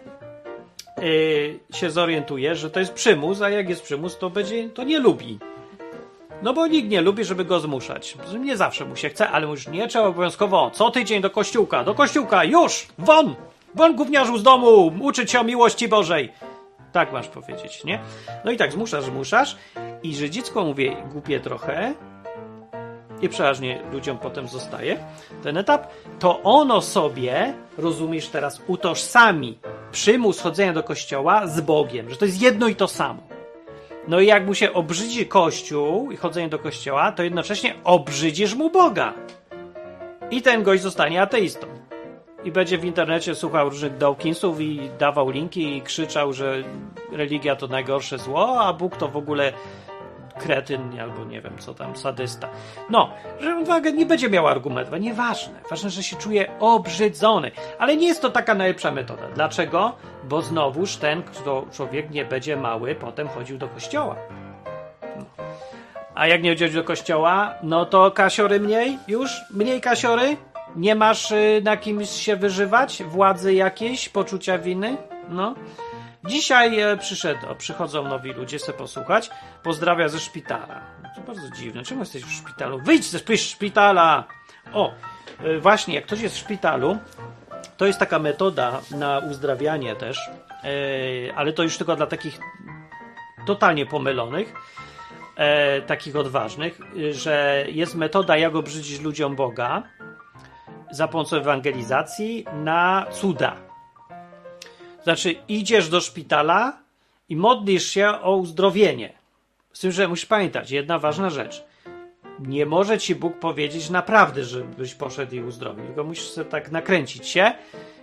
się zorientuje, że to jest przymus, a jak jest przymus, to nie lubi. No bo nikt nie lubi, żeby go zmuszać. Nie zawsze mu się chce, ale już nie trzeba obowiązkowo co tydzień do kościółka, już! Won, gówniarzu z domu, uczyć się o miłości Bożej. Tak masz powiedzieć, nie? No i tak zmuszasz i że dziecko, mówię, głupie trochę i przeważnie ludziom potem zostaje ten etap, to ono sobie, rozumiesz teraz, utożsami przymus chodzenia do kościoła z Bogiem, że to jest jedno i to samo. No i jak mu się obrzydzi Kościół i chodzenie do kościoła, to jednocześnie obrzydzisz mu Boga. I ten gość zostanie ateistą. I będzie w internecie słuchał różnych Dawkinsów i dawał linki i krzyczał, że religia to najgorsze zło, a Bóg to w ogóle kretyn albo nie wiem co tam, sadysta. No, że uwaga, nie będzie miał argumentu. Nieważne. Ważne, że się czuje obrzydzony. Ale nie jest to taka najlepsza metoda. Dlaczego? Bo znowuż ten człowiek nie będzie mały, potem chodził do kościoła. No. A jak nie chodzisz do kościoła, no to kasiory mniej kasiory? Nie masz na kimś się wyżywać? Władzy jakiejś? Poczucia winy? No. Dzisiaj przychodzą nowi ludzie sobie posłuchać. Pozdrawia ze szpitala. To bardzo dziwne. Czemu jesteś w szpitalu? Wyjdź ze szpitala! O, właśnie, jak ktoś jest w szpitalu, to jest taka metoda na uzdrawianie też, ale to już tylko dla takich totalnie pomylonych, takich odważnych, że jest metoda, jak obrzydzić ludziom Boga za pomocą ewangelizacji na cuda. Znaczy, idziesz do szpitala i modlisz się o uzdrowienie. Z tym, że musisz pamiętać, jedna ważna rzecz. Nie może ci Bóg powiedzieć naprawdę, żebyś poszedł i uzdrowił. Tylko musisz sobie tak nakręcić się,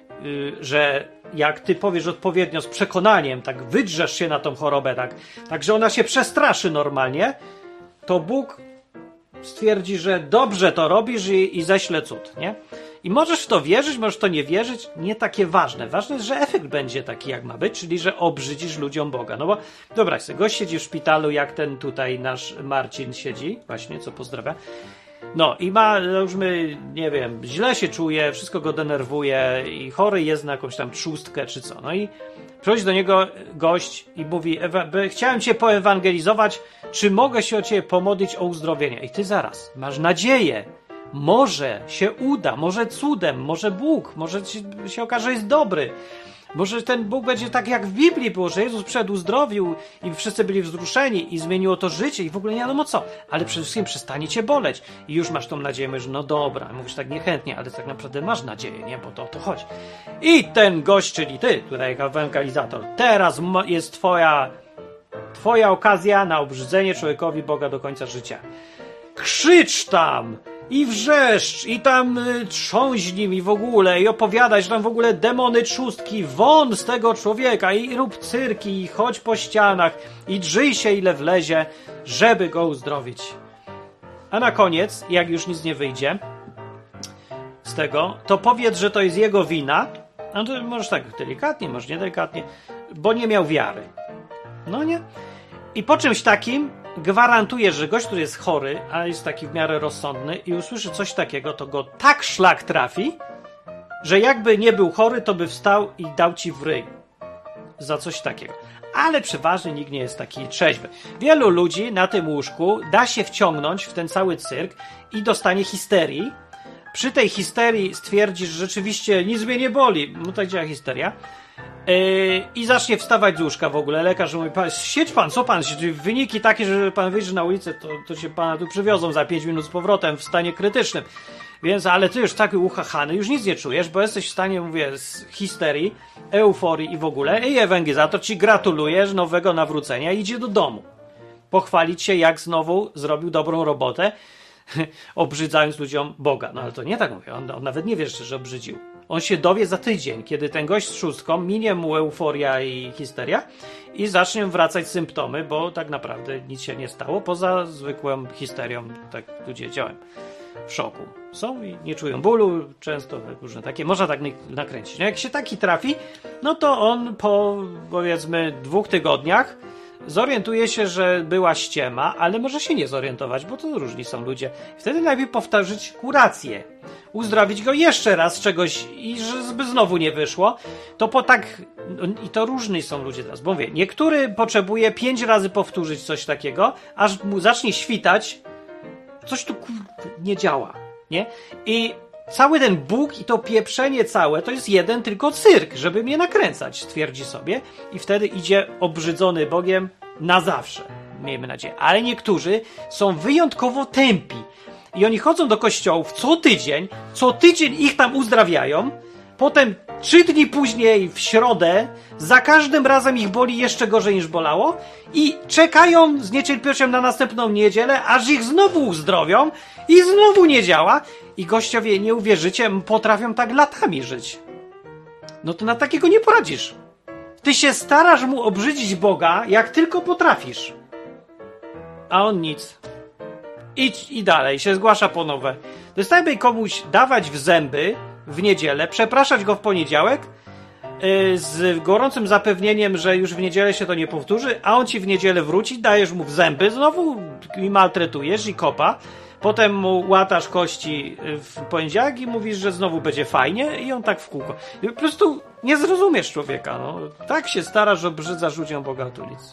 że jak ty powiesz odpowiednio z przekonaniem, tak wydrzesz się na tą chorobę, tak że ona się przestraszy normalnie, to Bóg stwierdzi, że dobrze to robisz i ześle cud, nie? I możesz w to wierzyć, możesz w to nie wierzyć, nie takie ważne. Ważne jest, że efekt będzie taki, jak ma być, czyli że obrzydzisz ludziom Boga. No bo dobra, gość siedzi w szpitalu, jak ten tutaj nasz Marcin siedzi, właśnie, co pozdrawia. No i ma, nie wiem, źle się czuje, wszystko go denerwuje i chory jest na jakąś tam trzustkę czy co. No i przychodzi do niego gość i mówi, chciałem cię poewangelizować, czy mogę się o ciebie pomodlić o uzdrowienie? I ty zaraz, masz nadzieję. Może się uda, może cudem, może Bóg, może się okaże, że jest dobry. Może ten Bóg będzie tak jak w Biblii było, że Jezus przyszedł, uzdrowił i wszyscy byli wzruszeni i zmieniło to życie i w ogóle nie wiadomo co. Ale przede wszystkim przestanie cię boleć. I już masz tą nadzieję, że no dobra, mówisz tak niechętnie, ale tak naprawdę masz nadzieję, nie? Bo to o to chodzi. I ten gość, czyli ty, tutaj jako ewangelizator, teraz jest twoja okazja na obrzydzenie człowiekowi Boga do końca życia. Krzycz tam! I wrzeszcz, i tam trząść nim i w ogóle, i opowiadać, że tam w ogóle demony trzustki, won z tego człowieka, i rób cyrki, i chodź po ścianach, i drzyj się ile wlezie, żeby go uzdrowić. A na koniec, jak już nic nie wyjdzie z tego, to powiedz, że to jest jego wina, no to możesz tak delikatnie, może nie delikatnie, bo nie miał wiary. No nie? I po czymś takim gwarantuję, że gość, który jest chory, a jest taki w miarę rozsądny i usłyszy coś takiego, to go tak szlak trafi, że jakby nie był chory, to by wstał i dał ci w ryj za coś takiego. ale przeważnie nikt nie jest taki trzeźwy. Wielu ludzi na tym łóżku da się wciągnąć w ten cały cyrk i dostanie histerii. Przy tej histerii stwierdzisz, że rzeczywiście nic mnie nie boli, no tak działa histeria, i zacznie wstawać z łóżka w ogóle. Lekarz mówi, siedź pan, co pan, wyniki takie, że pan wyjdzie na ulicę, to się pana tu przywiozą za 5 minut z powrotem w stanie krytycznym. Więc, ale ty już taki uchachany, już nic nie czujesz, bo jesteś w stanie, mówię, z histerii, euforii i w ogóle. I ewangelizator ci gratuluje nowego nawrócenia i idzie do domu. Pochwalić się, jak znowu zrobił dobrą robotę, obrzydzając ludziom Boga. No ale to nie tak mówię, on nawet nie wie, że obrzydził. On się dowie za tydzień, kiedy ten gość z szóstką minie mu euforia i histeria i zacznie wracać symptomy, bo tak naprawdę nic się nie stało, poza zwykłą histerią, tak ludzie działają. W szoku są i nie czują bólu, często różne takie, można tak nakręcić. No jak się taki trafi, no to on po, powiedzmy, 2 tygodniach zorientuje się, że była ściema, ale może się nie zorientować, bo to różni są ludzie. Wtedy najlepiej powtórzyć kurację, uzdrowić go jeszcze raz z czegoś i żeby znowu nie wyszło, to po tak, i to różni są ludzie teraz, bo mówię, niektóry potrzebuje 5 razy powtórzyć coś takiego, aż mu zacznie świtać, coś tu nie działa, nie? I cały ten Bóg i to pieprzenie całe to jest jeden tylko cyrk, żeby mnie nakręcać, twierdzi sobie i wtedy idzie obrzydzony Bogiem na zawsze, miejmy nadzieję. Ale niektórzy są wyjątkowo tępi i oni chodzą do kościołów co tydzień ich tam uzdrawiają, potem 3 dni później w środę za każdym razem ich boli jeszcze gorzej niż bolało i czekają z niecierpliwością na następną niedzielę, aż ich znowu uzdrowią i znowu nie działa i gościowie, nie uwierzycie, potrafią tak latami żyć. No to na takiego nie poradzisz. Ty się starasz mu obrzydzić Boga, jak tylko potrafisz. A on nic. Idź i dalej, się zgłasza po nowe. To jest tak, by komuś dawać w zęby w niedzielę, przepraszać go w poniedziałek z gorącym zapewnieniem, że już w niedzielę się to nie powtórzy, a on ci w niedzielę wróci, dajesz mu w zęby, znowu i maltretujesz i kopa, potem mu łatasz kości w poniedziałek i mówisz, że znowu będzie fajnie i on tak w kółko. I po prostu nie zrozumiesz człowieka, no. Tak się starasz, że obrzydzasz ludziom Boga, tu nic.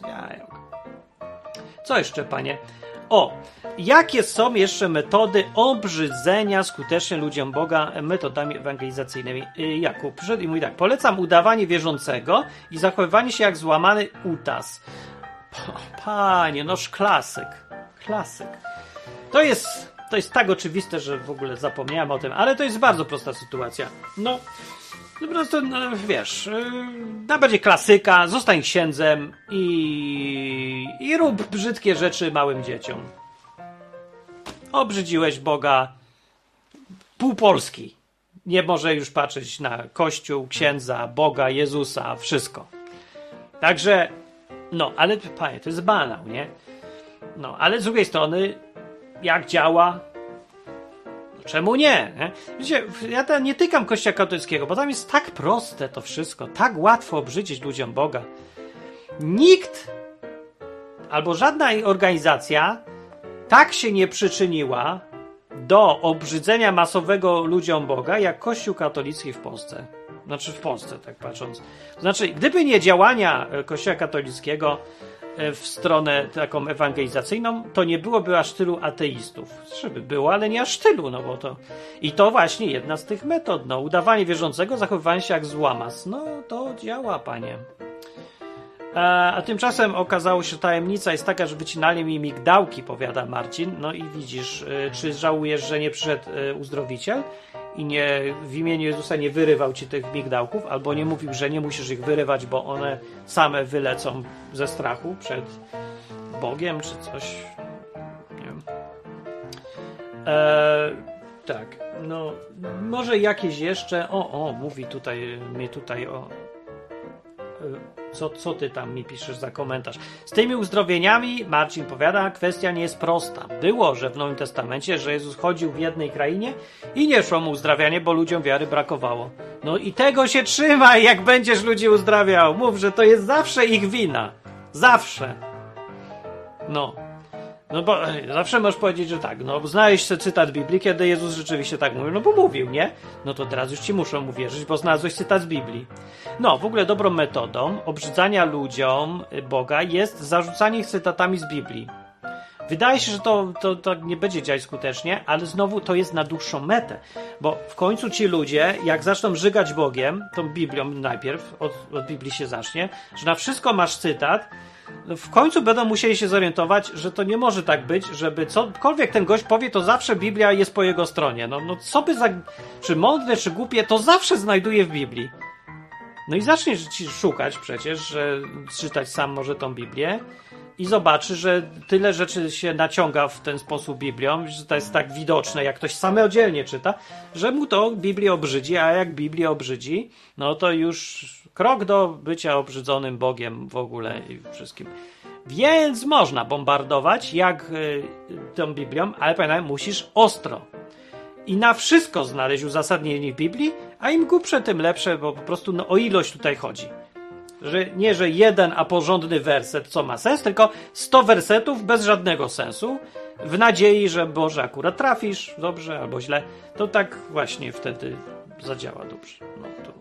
Co jeszcze, panie? Jakie są jeszcze metody obrzydzenia skutecznie ludziom Boga metodami ewangelizacyjnymi? Jakub przyszedł i mówi tak: polecam udawanie wierzącego i zachowywanie się jak złamany utas. Panie, noż klasyk. To jest tak oczywiste, że w ogóle zapomniałem o tym, ale to jest bardzo prosta sytuacja. No po prostu, wiesz, najbardziej klasyka, zostań księdzem i rób brzydkie rzeczy małym dzieciom. Obrzydziłeś Boga, pół Polski nie może już patrzeć na Kościół, księdza, Boga, Jezusa, wszystko. Także, ale panie, to jest banał, nie? Ale z drugiej strony, jak działa? Czemu nie? Wiecie, ja nie tykam Kościoła katolickiego, bo tam jest tak proste to wszystko, tak łatwo obrzydzić ludziom Boga. Nikt albo żadna organizacja tak się nie przyczyniła do obrzydzenia masowego ludziom Boga, jak Kościół katolicki w Polsce. Znaczy w Polsce, tak patrząc. Znaczy, gdyby nie działania Kościoła katolickiego w stronę taką ewangelizacyjną, to nie byłoby aż tylu ateistów. Żeby było, ale nie aż tylu, bo to... I to właśnie jedna z tych metod, udawanie wierzącego, zachowywanie się jak złamas. To działa, panie. A tymczasem okazało się, że tajemnica jest taka, że wycinali mi migdałki, powiada Marcin. No i widzisz, czy żałujesz, że nie przyszedł uzdrowiciel i nie w imieniu Jezusa nie wyrywał ci tych migdałków, albo nie mówił, że nie musisz ich wyrywać, bo one same wylecą ze strachu przed Bogiem, czy coś. Nie wiem. Tak, może jakieś jeszcze. Mówi tutaj o. Co ty tam mi piszesz za komentarz? Z tymi uzdrowieniami, Marcin powiada, kwestia nie jest prosta. Było, że w Nowym Testamencie, że Jezus chodził w jednej krainie i nie szło mu uzdrawianie, bo ludziom wiary brakowało. I tego się trzymaj, jak będziesz ludzi uzdrawiał. Mów, że to jest zawsze ich wina. Zawsze. No bo zawsze możesz powiedzieć, że tak, no znaleźć sobie cytat Biblii, kiedy Jezus rzeczywiście tak mówił, no bo mówił, nie? No to teraz już ci muszą uwierzyć, bo znalazłeś cytat z Biblii. No, w ogóle dobrą metodą obrzydzania ludziom Boga jest zarzucanie ich cytatami z Biblii. Wydaje się, że to nie będzie działać skutecznie, ale znowu to jest na dłuższą metę, bo w końcu ci ludzie, jak zaczną żygać Bogiem, tą Biblią najpierw, od Biblii się zacznie, że na wszystko masz cytat, no w końcu będą musieli się zorientować, że to nie może tak być, żeby cokolwiek ten gość powie, to zawsze Biblia jest po jego stronie. No co by za... czy mądre, czy głupie, to zawsze znajduje w Biblii. No i zaczniesz ci szukać przecież, że czytać sam może tą Biblię i zobaczy, że tyle rzeczy się naciąga w ten sposób Biblią, że to jest tak widoczne, jak ktoś samodzielnie czyta, że mu to Biblię obrzydzi, a jak Biblię obrzydzi, no to już krok do bycia obrzydzonym Bogiem w ogóle i wszystkim. Więc można bombardować jak tą Biblią, ale pamiętaj, musisz ostro. I na wszystko znaleźć uzasadnienie w Biblii, a im głupsze, tym lepsze, bo po prostu o ilość tutaj chodzi. Że nie, że jeden, a porządny werset, co ma sens, tylko 100 wersetów bez żadnego sensu, w nadziei, że Boże akurat trafisz dobrze albo źle, to tak właśnie wtedy zadziała dobrze. No to...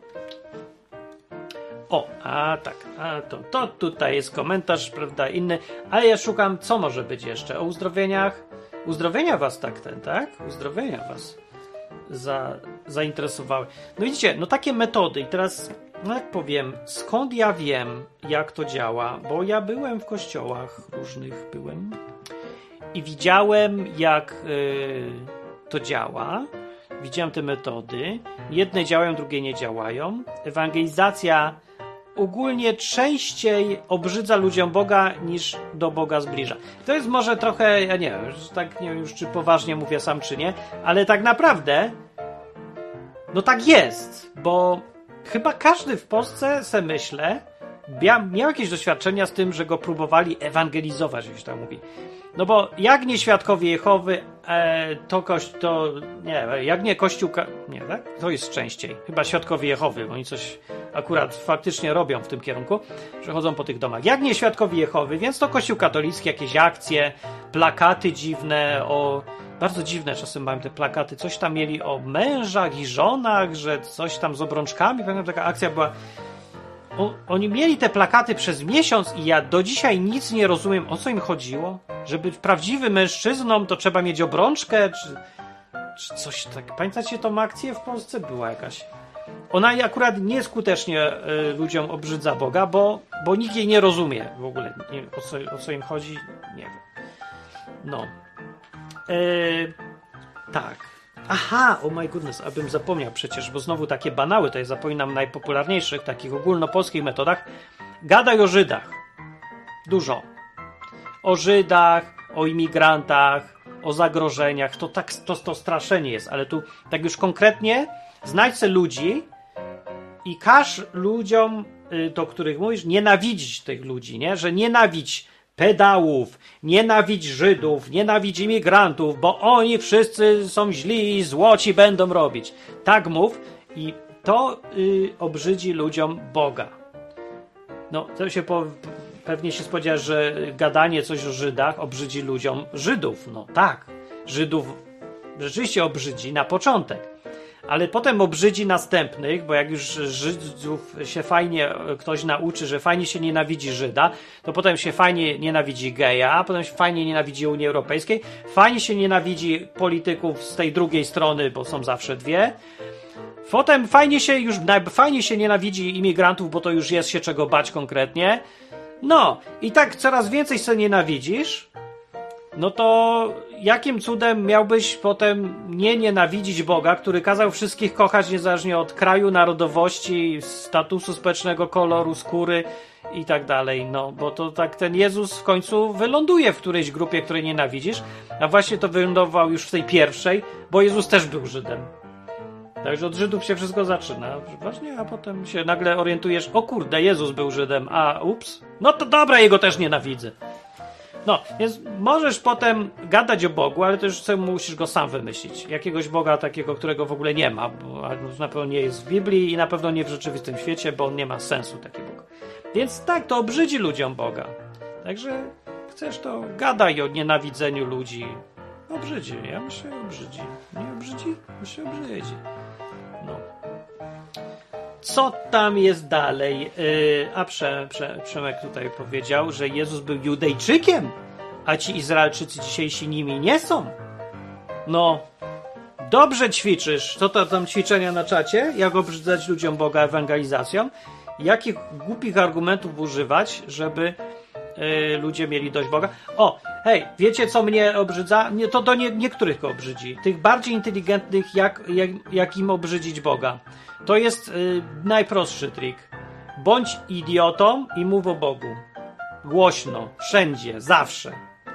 O, a tak, a to tutaj jest komentarz, prawda, inny, ale ja szukam, co może być jeszcze o uzdrowieniach. Uzdrowienia was tak? Uzdrowienia was zainteresowały. No widzicie, no takie metody i teraz, no jak powiem, skąd ja wiem, jak to działa, bo ja byłem w kościołach różnych, i widziałem, jak to działa, widziałem te metody, jedne działają, drugie nie działają. Ewangelizacja ogólnie częściej obrzydza ludziom Boga, niż do Boga zbliża. To jest może trochę, ja nie wiem, tak nie wiem już, czy poważnie mówię sam, czy nie, ale tak naprawdę no tak jest, bo chyba każdy w Polsce, se myślę, miał jakieś doświadczenia z tym, że go próbowali ewangelizować, jak się tak mówi. No bo jak nie świadkowie Jehowy, jak nie Kościół, nie, tak? To jest częściej. Chyba świadkowie Jehowy, bo oni coś akurat faktycznie robią w tym kierunku, że chodzą po tych domach. Jak nie świadkowie Jehowy, więc to Kościół katolicki, jakieś akcje, plakaty dziwne, bardzo dziwne czasem mają te plakaty, coś tam mieli o mężach i żonach, że coś tam z obrączkami, pamiętam taka akcja była. Oni mieli te plakaty przez miesiąc i ja do dzisiaj nic nie rozumiem, o co im chodziło. Żeby być prawdziwym mężczyzną, to trzeba mieć obrączkę, czy coś tak. Pamiętacie tą akcję w Polsce? Była jakaś. Ona akurat nieskutecznie ludziom obrzydza Boga, bo nikt jej nie rozumie w ogóle. Nie, o co im chodzi, nie wiem. No. Tak. Aha, oh my goodness, abym zapomniał przecież, bo znowu takie banały, to ja zapominam najpopularniejszych, takich ogólnopolskich metodach. Gadaj o Żydach. Dużo. O Żydach, o imigrantach, o zagrożeniach. To straszenie jest, ale tu tak już konkretnie znajdź se ludzi i każ ludziom, do których mówisz, nienawidzić tych ludzi, nie? Że nienawidź pedałów, nienawidź Żydów, nienawidź imigrantów, bo oni wszyscy są źli i złoci będą robić. Tak mów i to obrzydzi ludziom Boga. No, to się pewnie się spodziewasz, że gadanie coś o Żydach obrzydzi ludziom Żydów. No tak, Żydów rzeczywiście obrzydzi na początek. Ale potem obrzydzi następnych, bo jak już Żydów się fajnie ktoś nauczy, że fajnie się nienawidzi Żyda, to potem się fajnie nienawidzi geja, potem się fajnie nienawidzi Unii Europejskiej, fajnie się nienawidzi polityków z tej drugiej strony, bo są zawsze dwie. Potem fajnie się nienawidzi imigrantów, bo to już jest się czego bać konkretnie. No i tak coraz więcej się nienawidzisz, no to jakim cudem miałbyś potem nie nienawidzić Boga, który kazał wszystkich kochać niezależnie od kraju, narodowości, statusu społecznego, koloru skóry i tak dalej, no bo to tak ten Jezus w końcu wyląduje w którejś grupie, której nienawidzisz, a właśnie to wylądował już w tej pierwszej, bo Jezus też był Żydem. Także od Żydów się wszystko zaczyna, właśnie, a potem się nagle orientujesz, o kurde, Jezus był Żydem, a ups, no to dobra, jego też nienawidzę. No, więc możesz potem gadać o Bogu, ale to już musisz go sam wymyślić. Jakiegoś Boga takiego, którego w ogóle nie ma, bo na pewno nie jest w Biblii i na pewno nie w rzeczywistym świecie, bo on nie ma sensu, taki Bóg. Więc tak, to obrzydzi ludziom Boga. Także chcesz, to gadaj o nienawidzeniu ludzi. Obrzydzi, ja myślę, obrzydzi. Nie obrzydzi? Myślę, obrzydzi. No. Co tam jest dalej? Przemek tutaj powiedział, że Jezus był Judejczykiem, a ci Izraelczycy dzisiejsi nimi nie są. No, dobrze ćwiczysz. Co to tam ćwiczenia na czacie? Jak obrzydzać ludziom Boga ewangelizacją? Jakich głupich argumentów używać, żeby ludzie mieli dość Boga? O, hej, wiecie co mnie obrzydza? To do niektórych go obrzydzi. Tych bardziej inteligentnych, jak im obrzydzić Boga. To jest najprostszy trik. Bądź idiotą i mów o Bogu. Głośno, wszędzie, zawsze.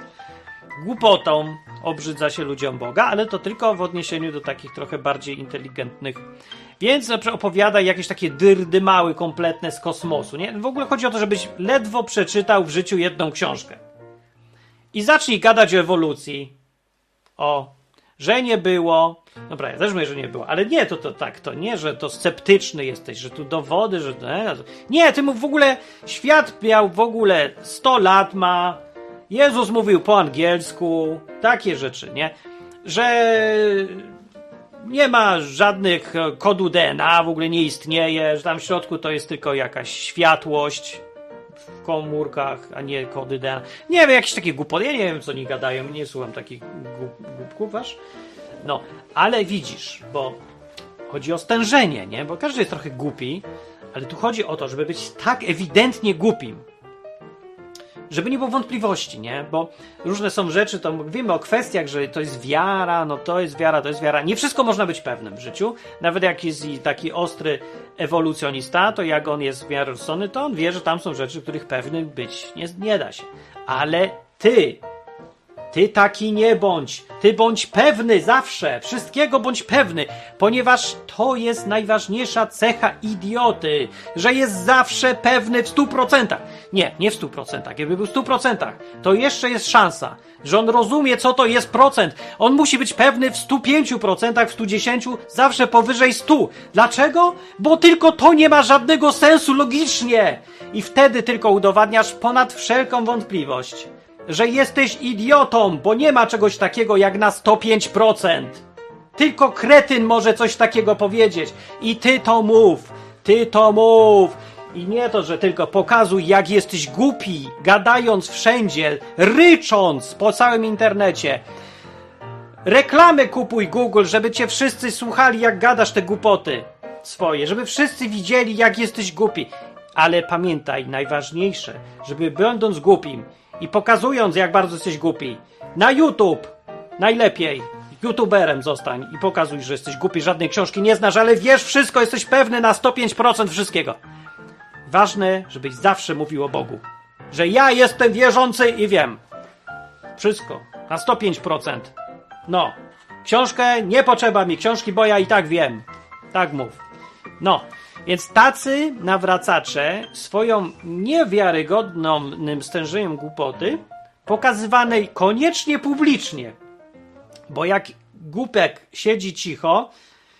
Głupotą obrzydza się ludziom Boga, ale to tylko w odniesieniu do takich trochę bardziej inteligentnych. Więc na przykład opowiadaj jakieś takie dyrdymały kompletne z kosmosu. Nie? W ogóle chodzi o to, żebyś ledwo przeczytał w życiu jedną książkę. I zacznij gadać o ewolucji. Że nie było. Dobra, ja też mówię, że nie było, ale nie, to nie, że to sceptyczny jesteś, że tu dowody, że... Nie, ty mów w ogóle, świat miał w ogóle 100 lat ma, Jezus mówił po angielsku, takie rzeczy, nie? Że nie ma żadnych kodu DNA, w ogóle nie istnieje, że tam w środku to jest tylko jakaś światłość w komórkach, a nie kody DNA. Nie wiem, jakieś takie głupoty, ja nie wiem, co oni gadają, nie słucham takich głupków, wasz. No, ale widzisz, bo chodzi o stężenie, nie? Bo każdy jest trochę głupi, ale tu chodzi o to, żeby być tak ewidentnie głupim, żeby nie było wątpliwości, nie? Bo różne są rzeczy, to mówimy o kwestiach, że to jest wiara, no to jest wiara. Nie wszystko można być pewnym w życiu. Nawet jak jest taki ostry ewolucjonista, to jak on jest w miarę rozsądny, to on wie, że tam są rzeczy, których pewnym być nie da się. Ale ty taki nie bądź. Ty bądź pewny zawsze. Wszystkiego bądź pewny. Ponieważ to jest najważniejsza cecha idioty. Że jest zawsze pewny w 100%. Nie w 100%. Jakby był w 100%, to jeszcze jest szansa, że on rozumie, co to jest procent. On musi być pewny w 105%, w 110%, zawsze powyżej 100%. Dlaczego? Bo tylko to nie ma żadnego sensu logicznie. I wtedy tylko udowadniasz ponad wszelką wątpliwość, że jesteś idiotą, bo nie ma czegoś takiego jak na 105%. Tylko kretyn może coś takiego powiedzieć. I ty to mów. I nie to, że tylko pokazuj, jak jesteś głupi, gadając wszędzie, rycząc po całym internecie. Reklamy kupuj Google, żeby cię wszyscy słuchali, jak gadasz te głupoty swoje, żeby wszyscy widzieli, jak jesteś głupi. Ale pamiętaj, najważniejsze, żeby będąc głupim i pokazując, jak bardzo jesteś głupi, na YouTube najlepiej YouTuberem zostań i pokazuj, że jesteś głupi, żadnej książki nie znasz, ale wiesz wszystko, jesteś pewny na 105% wszystkiego. Ważne, żebyś zawsze mówił o Bogu, że ja jestem wierzący i wiem wszystko na 105%. No, książkę nie potrzeba mi książki, bo ja i tak wiem. Tak mów. No, więc tacy nawracacze swoją niewiarygodnym stężeniem głupoty pokazywanej koniecznie publicznie, bo jak głupek siedzi cicho,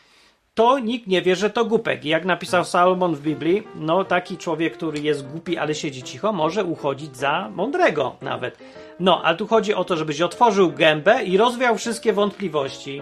to nikt nie wie, że to głupek. I jak napisał Salomon w Biblii, no taki człowiek, który jest głupi, ale siedzi cicho, może uchodzić za mądrego nawet. No, ale tu chodzi o to, żebyś otworzył gębę i rozwiał wszystkie wątpliwości.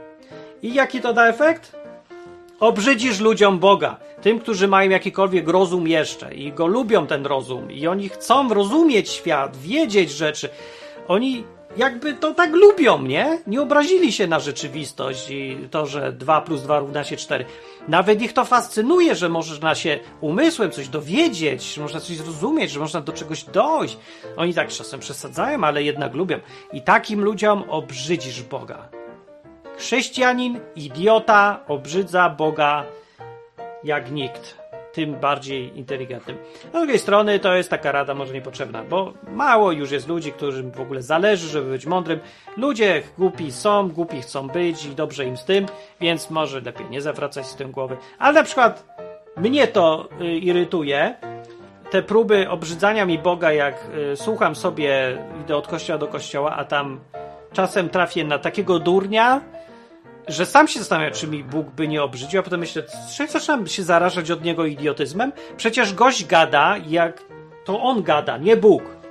I jaki to da efekt? Obrzydzisz ludziom Boga, tym, którzy mają jakikolwiek rozum jeszcze i go lubią ten rozum i oni chcą rozumieć świat, wiedzieć rzeczy. Oni jakby to tak lubią, nie? Nie obrazili się na rzeczywistość i to, że 2 + 2 równa się 4. Nawet ich to fascynuje, że można się umysłem coś dowiedzieć, że można coś zrozumieć, że można do czegoś dojść. Oni tak czasem przesadzają, ale jednak lubią. I takim ludziom obrzydzisz Boga. Chrześcijanin, idiota, obrzydza Boga jak nikt. Tym bardziej inteligentnym. Z drugiej strony to jest taka rada może niepotrzebna, bo mało już jest ludzi, którym w ogóle zależy, żeby być mądrym. Ludzie głupi są, głupi chcą być i dobrze im z tym, więc może lepiej nie zawracać z tym głowy. Ale na przykład mnie to irytuje, te próby obrzydzania mi Boga, jak słucham sobie, idę od kościoła do kościoła, a tam czasem trafię na takiego durnia, że sam się zastanawiam, czy mi Bóg by nie obrzydził, a potem myślę, czy zaczynam się zarażać od niego idiotyzmem? Przecież gość gada, jak to on gada, nie Bóg.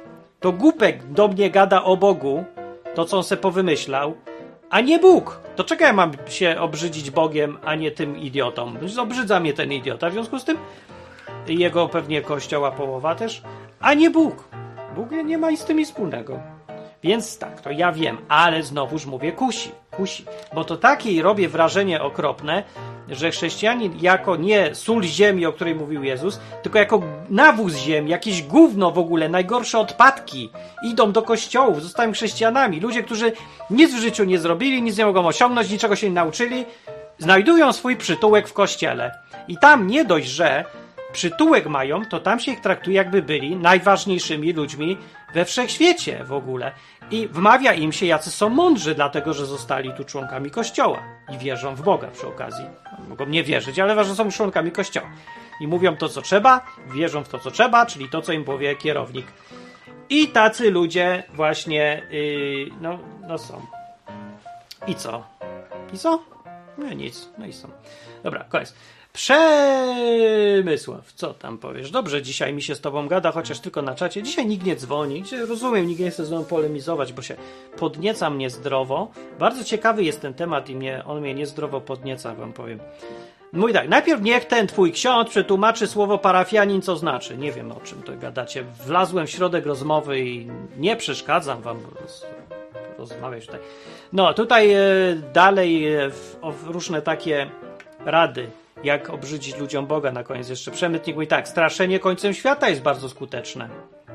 To głupek do mnie gada o Bogu, to co on se powymyślał, a nie Bóg. To czego ja mam się obrzydzić Bogiem, a nie tym idiotą? Obrzydza mnie ten idiota, w związku z tym jego pewnie kościoła połowa też, a nie Bóg. Bóg nie ma nic z tym nic wspólnego. Więc tak, to ja wiem, ale znowuż mówię kusi, bo to takie robię wrażenie okropne, że chrześcijanin jako nie sól ziemi, o której mówił Jezus, tylko jako nawóz ziemi, jakieś gówno w ogóle, najgorsze odpadki, idą do kościołów, zostają chrześcijanami. Ludzie, którzy nic w życiu nie zrobili, nic nie mogą osiągnąć, niczego się nie nauczyli, znajdują swój przytułek w kościele. I tam nie dość, że przytułek mają, to tam się ich traktuje, jakby byli najważniejszymi ludźmi we wszechświecie w ogóle. I wmawia im się, jacy są mądrzy, dlatego że zostali tu członkami Kościoła i wierzą w Boga przy okazji. Mogą nie wierzyć, ale ważne, są członkami Kościoła. I mówią to, co trzeba, wierzą w to, co trzeba, czyli to, co im powie kierownik. I tacy ludzie właśnie, no są. I co? Nie, nic. No i są. Dobra, koniec. Przemysław, co tam powiesz? Dobrze, dzisiaj mi się z tobą gada, chociaż tylko na czacie. Dzisiaj nikt nie dzwoni. Rozumiem, nikt nie chce ze mną polemizować, bo się podnieca mnie zdrowo. Bardzo ciekawy jest ten temat i on mnie niezdrowo podnieca, wam powiem. Mój tak, najpierw niech ten twój ksiądz przetłumaczy słowo parafianin, co znaczy. Nie wiem, o czym to gadacie. Wlazłem w środek rozmowy i nie przeszkadzam wam rozmawiać tutaj. No, tutaj dalej różne takie rady, jak obrzydzić ludziom Boga na koniec. Jeszcze Przemytnik mówi tak, straszenie końcem świata jest bardzo skuteczne.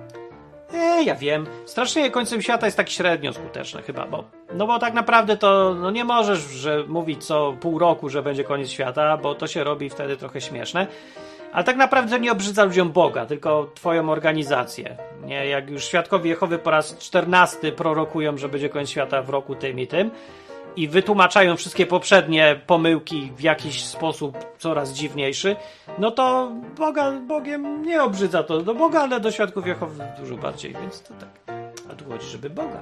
Ja wiem. Straszenie końcem świata jest tak średnio skuteczne chyba, bo tak naprawdę to nie możesz mówić co pół roku, że będzie koniec świata, bo to się robi wtedy trochę śmieszne. Ale tak naprawdę nie obrzydza ludziom Boga, tylko twoją organizację. Nie, jak już Świadkowie Jehowy po raz 14 prorokują, że będzie koniec świata w roku tym i tym, i wytłumaczają wszystkie poprzednie pomyłki w jakiś sposób coraz dziwniejszy, no to Bogiem nie obrzydza to do Boga, ale do Świadków Jehowy dużo bardziej, więc to tak. A tu chodzi, żeby Boga.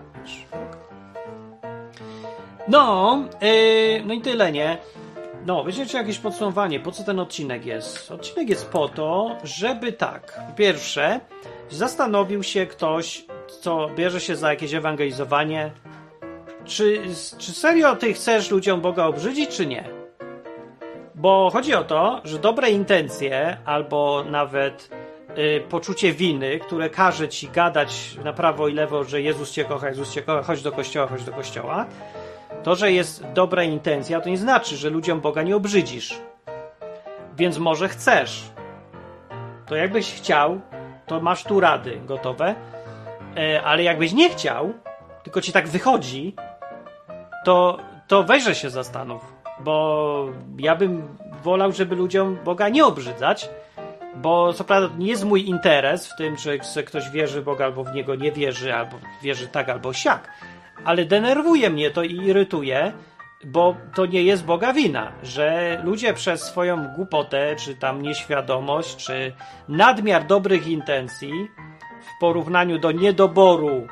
No i tyle, nie? No, wiecie, jakieś podsumowanie, po co ten odcinek jest? Odcinek jest po to, żeby tak, po pierwsze, zastanowił się ktoś, co bierze się za jakieś ewangelizowanie, czy serio ty chcesz ludziom Boga obrzydzić, czy nie? Bo chodzi o to, że dobre intencje, albo nawet poczucie winy, które każe ci gadać na prawo i lewo, że Jezus cię kocha, chodź do kościoła, to, że jest dobra intencja, to nie znaczy, że ludziom Boga nie obrzydzisz. Więc może chcesz. To jakbyś chciał, to masz tu rady gotowe, ale jakbyś nie chciał, tylko ci tak wychodzi, to weźże się zastanów, bo ja bym wolał, żeby ludziom Boga nie obrzydzać, bo co prawda nie jest mój interes w tym, że ktoś wierzy w Boga albo w Niego nie wierzy, albo wierzy tak, albo siak, ale denerwuje mnie to i irytuje, bo to nie jest Boga wina, że ludzie przez swoją głupotę, czy tam nieświadomość, czy nadmiar dobrych intencji w porównaniu do niedoboru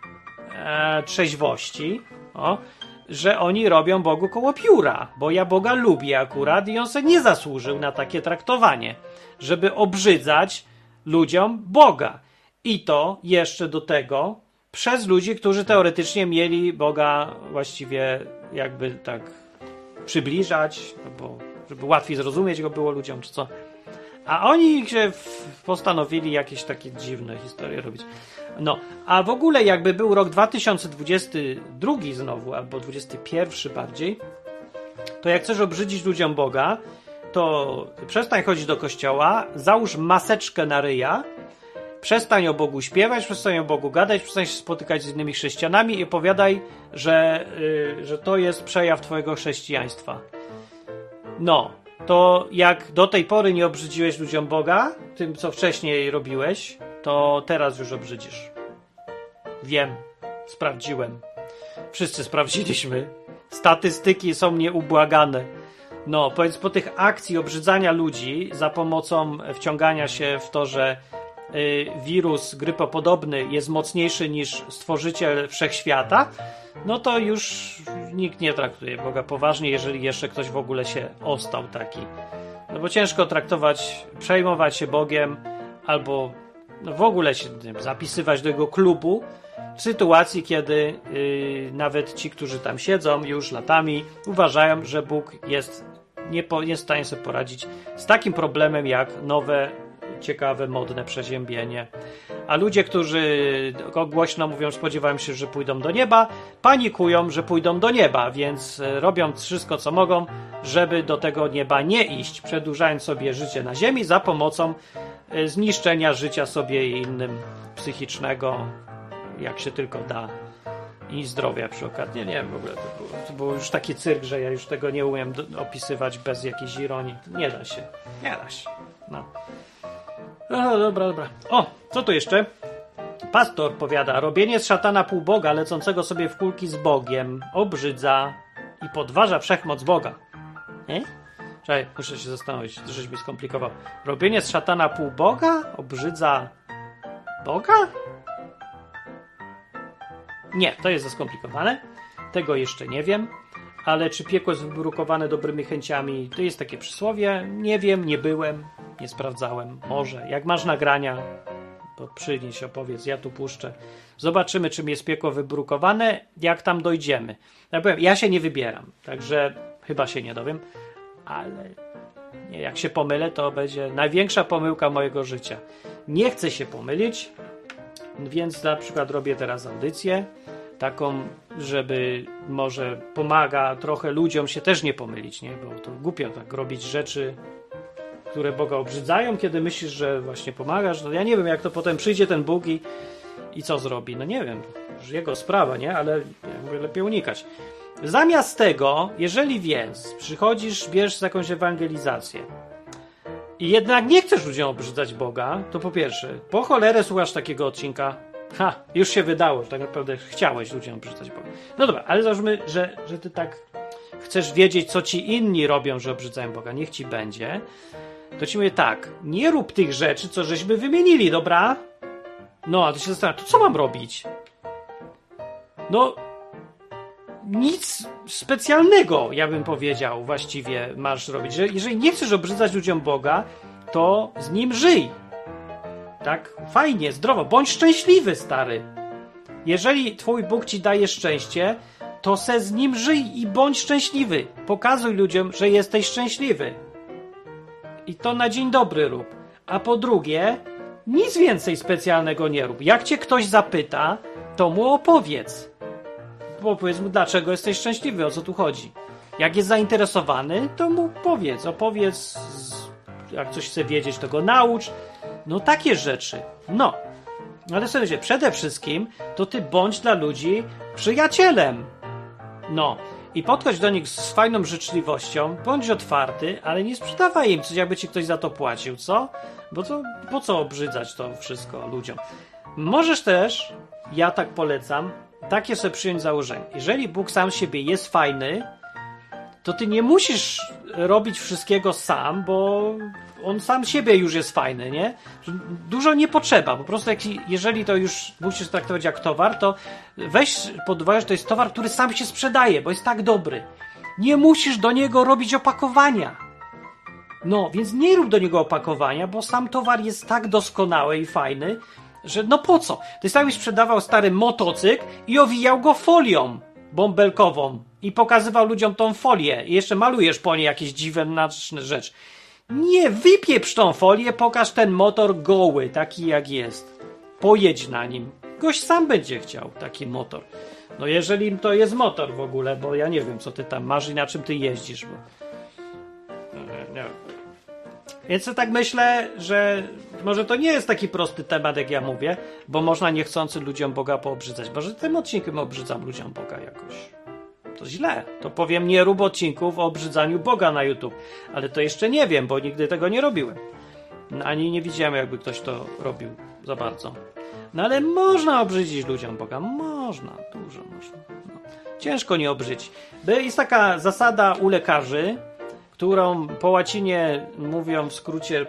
trzeźwości, że oni robią Bogu koło pióra, bo ja Boga lubię akurat i on se nie zasłużył na takie traktowanie, żeby obrzydzać ludziom Boga. I to jeszcze do tego przez ludzi, którzy teoretycznie mieli Boga właściwie jakby tak przybliżać, albo żeby łatwiej zrozumieć go było ludziom, czy co. A oni się postanowili jakieś takie dziwne historie robić. No, a w ogóle jakby był rok 2022 znowu, albo 2021 bardziej, to jak chcesz obrzydzić ludziom Boga, to przestań chodzić do kościoła, załóż maseczkę na ryja, przestań o Bogu śpiewać, przestań o Bogu gadać, przestań się spotykać z innymi chrześcijanami i opowiadaj, że to jest przejaw twojego chrześcijaństwa. No, to jak do tej pory nie obrzydziłeś ludziom Boga, tym co wcześniej robiłeś, to teraz już obrzydzisz. Wiem, sprawdziłem. Wszyscy sprawdziliśmy. Statystyki są nieubłagane. No, powiedz, po tych akcji obrzydzania ludzi za pomocą wciągania się w to, że wirus grypopodobny jest mocniejszy niż stworzyciel wszechświata, no to już nikt nie traktuje Boga poważnie, jeżeli jeszcze ktoś w ogóle się ostał taki. No bo ciężko traktować, przejmować się Bogiem albo w ogóle się nie wiem, zapisywać do jego klubu w sytuacji, kiedy nawet ci, którzy tam siedzą już latami, uważają, że Bóg jest nie w stanie sobie poradzić z takim problemem jak nowe, ciekawe, modne przeziębienie. A ludzie, którzy głośno mówią, spodziewają się, że pójdą do nieba, panikują, że pójdą do nieba, więc robią wszystko, co mogą, żeby do tego nieba nie iść, przedłużając sobie życie na ziemi za pomocą zniszczenia życia sobie i innym psychicznego, jak się tylko da, i zdrowia przy okazji. Nie wiem, w ogóle to było już taki cyrk, że ja już tego nie umiem opisywać bez jakiejś ironii. Nie da się. No. No, dobra. O, co tu jeszcze? Pastor powiada, robienie z szatana półboga lecącego sobie w kulki z Bogiem obrzydza i podważa wszechmoc Boga. Nie? Czekaj, muszę się zastanowić, żeś mi skomplikował. Robienie z szatana półboga obrzydza Boga? Nie, to jest za skomplikowane. Tego jeszcze nie wiem. Ale czy piekło jest wybrukowane dobrymi chęciami? To jest takie przysłowie. Nie wiem, nie byłem, nie sprawdzałem. Może. Jak masz nagrania, to przynieś, opowiedz, ja tu puszczę. Zobaczymy, czym jest piekło wybrukowane, jak tam dojdziemy. Ja powiem, ja się nie wybieram, także chyba się nie dowiem, ale nie, jak się pomylę, to będzie największa pomyłka mojego życia. Nie chcę się pomylić, więc na przykład robię teraz audycję taką, żeby może pomaga trochę ludziom się też nie pomylić, nie? Bo to głupio tak robić rzeczy, które Boga obrzydzają, kiedy myślisz, że właśnie pomagasz. No ja nie wiem, jak to potem przyjdzie ten Bóg i co zrobi. No nie wiem, już jego sprawa, nie? Ale ja mówię, lepiej unikać. Zamiast tego, jeżeli więc przychodzisz, bierzesz jakąś ewangelizację i jednak nie chcesz ludziom obrzydzać Boga, to po pierwsze, po cholerę słuchasz takiego odcinka. Już się wydało, że tak naprawdę chciałeś ludziom obrzydzać Boga. No dobra, ale załóżmy, że ty tak chcesz wiedzieć, co ci inni robią, że obrzydzają Boga. Niech ci będzie. To ci mówię tak, nie rób tych rzeczy, co żeśmy wymienili, dobra? No, a ty się zastanawiasz, to co mam robić? No, nic specjalnego, ja bym powiedział, właściwie masz robić. Że jeżeli nie chcesz obrzydzać ludziom Boga, to z nim żyj. Tak? Fajnie, zdrowo. Bądź szczęśliwy, stary. Jeżeli twój Bóg ci daje szczęście, to se z nim żyj i bądź szczęśliwy. Pokazuj ludziom, że jesteś szczęśliwy. I to na dzień dobry rób. A po drugie, nic więcej specjalnego nie rób. Jak cię ktoś zapyta, to mu opowiedz. Opowiedz mu, dlaczego jesteś szczęśliwy, o co tu chodzi. Jak jest zainteresowany, to mu opowiedz, jak coś chce wiedzieć, to go naucz. No takie rzeczy. No. Ale słuchajcie, przede wszystkim to ty bądź dla ludzi przyjacielem. No. I podchodź do nich z fajną życzliwością, bądź otwarty, ale nie sprzedawaj im coś, jakby ci ktoś za to płacił, co? Bo to po co obrzydzać to wszystko ludziom? Możesz też, ja tak polecam, takie sobie przyjąć założenie. Jeżeli Bóg sam z siebie jest fajny, to ty nie musisz robić wszystkiego sam, bo on sam siebie już jest fajny, nie? Dużo nie potrzeba, po prostu jeżeli to już musisz traktować jak towar, to weź pod uwagę, że to jest towar, który sam się sprzedaje, bo jest tak dobry. Nie musisz do niego robić opakowania. No, więc nie rób do niego opakowania, bo sam towar jest tak doskonały i fajny, że no po co? To jest tak, jakbyś sprzedawał stary motocykl i owijał go folią bąbelkową i pokazywał ludziom tą folię i jeszcze malujesz po niej jakieś dziwne rzeczy. Nie, wypieprz tą folię, pokaż ten motor goły, taki jak jest. Pojedź na nim. Gość sam będzie chciał taki motor. No jeżeli to jest motor w ogóle, bo ja nie wiem, co ty tam masz i na czym ty jeździsz. Bo... Nie. Więc ja tak myślę, że może to nie jest taki prosty temat, jak ja mówię, bo można niechcący ludziom Boga poobrzydzać. Może tym odcinkiem obrzydzam ludziom Boga jakoś. To źle. To powiem, nie rób odcinków o obrzydzaniu Boga na YouTube. Ale to jeszcze nie wiem, bo nigdy tego nie robiłem. Ani nie widziałem, jakby ktoś to robił za bardzo. No ale można obrzydzić ludziom Boga. Można. Dużo można. No. Ciężko nie obrzydzić. Jest taka zasada u lekarzy, którą po łacinie mówią w skrócie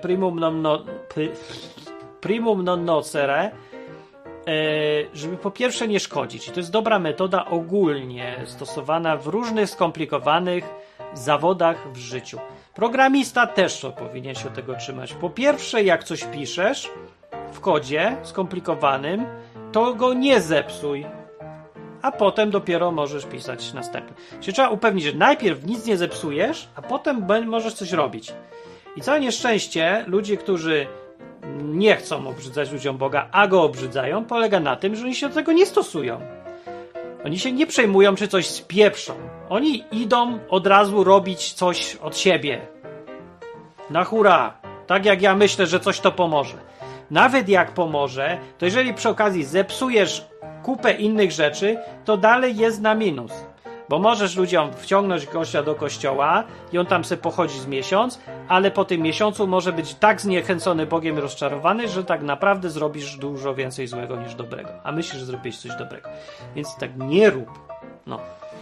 primum non nocere, żeby po pierwsze nie szkodzić. I to jest dobra metoda ogólnie stosowana w różnych skomplikowanych zawodach w życiu. Programista też to powinien się tego trzymać. Po pierwsze, jak coś piszesz, w kodzie skomplikowanym, to go nie zepsuj. A potem dopiero możesz pisać następny. Czyli trzeba upewnić, że najpierw nic nie zepsujesz, a potem możesz coś robić. I całe nieszczęście ludzi, którzy nie chcą obrzydzać ludziom Boga, a go obrzydzają, polega na tym, że oni się do tego nie stosują. Oni się nie przejmują, czy coś spieprzą. Oni idą od razu robić coś od siebie. Na hura. Tak jak ja myślę, że coś to pomoże. Nawet jak pomoże, to jeżeli przy okazji zepsujesz kupę innych rzeczy, to dalej jest na minus. Bo możesz ludziom wciągnąć gościa do kościoła i on tam se pochodzi z miesiąc, ale po tym miesiącu może być tak zniechęcony Bogiem, rozczarowany, że tak naprawdę zrobisz dużo więcej złego niż dobrego. A myślisz, że zrobiłeś coś dobrego. Więc tak nie rób. No.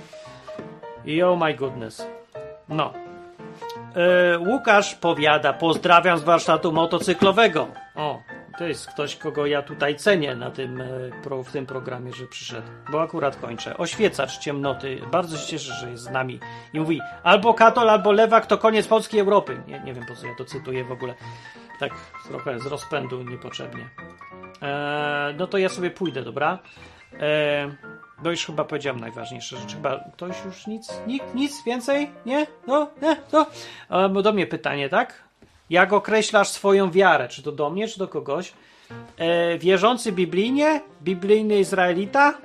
I oh my goodness. No. Łukasz powiada, pozdrawiam z warsztatu motocyklowego. O, to jest ktoś, kogo ja tutaj cenię na tym, w tym programie, że przyszedł. Bo akurat kończę. Oświecacz ciemnoty. Bardzo się cieszę, że jest z nami. I mówi, albo katol, albo lewak to koniec polskiej Europy. Nie wiem, po co ja to cytuję w ogóle. Tak trochę z rozpędu niepotrzebnie. No to ja sobie pójdę, dobra? Bo już chyba powiedziałem najważniejsze rzeczy. Chyba ktoś już nic więcej? Nie? No, nie? To? Bo do mnie pytanie, tak? Jak określasz swoją wiarę? Czy to do mnie, czy do kogoś? Wierzący biblijnie? Biblijny Izraelita?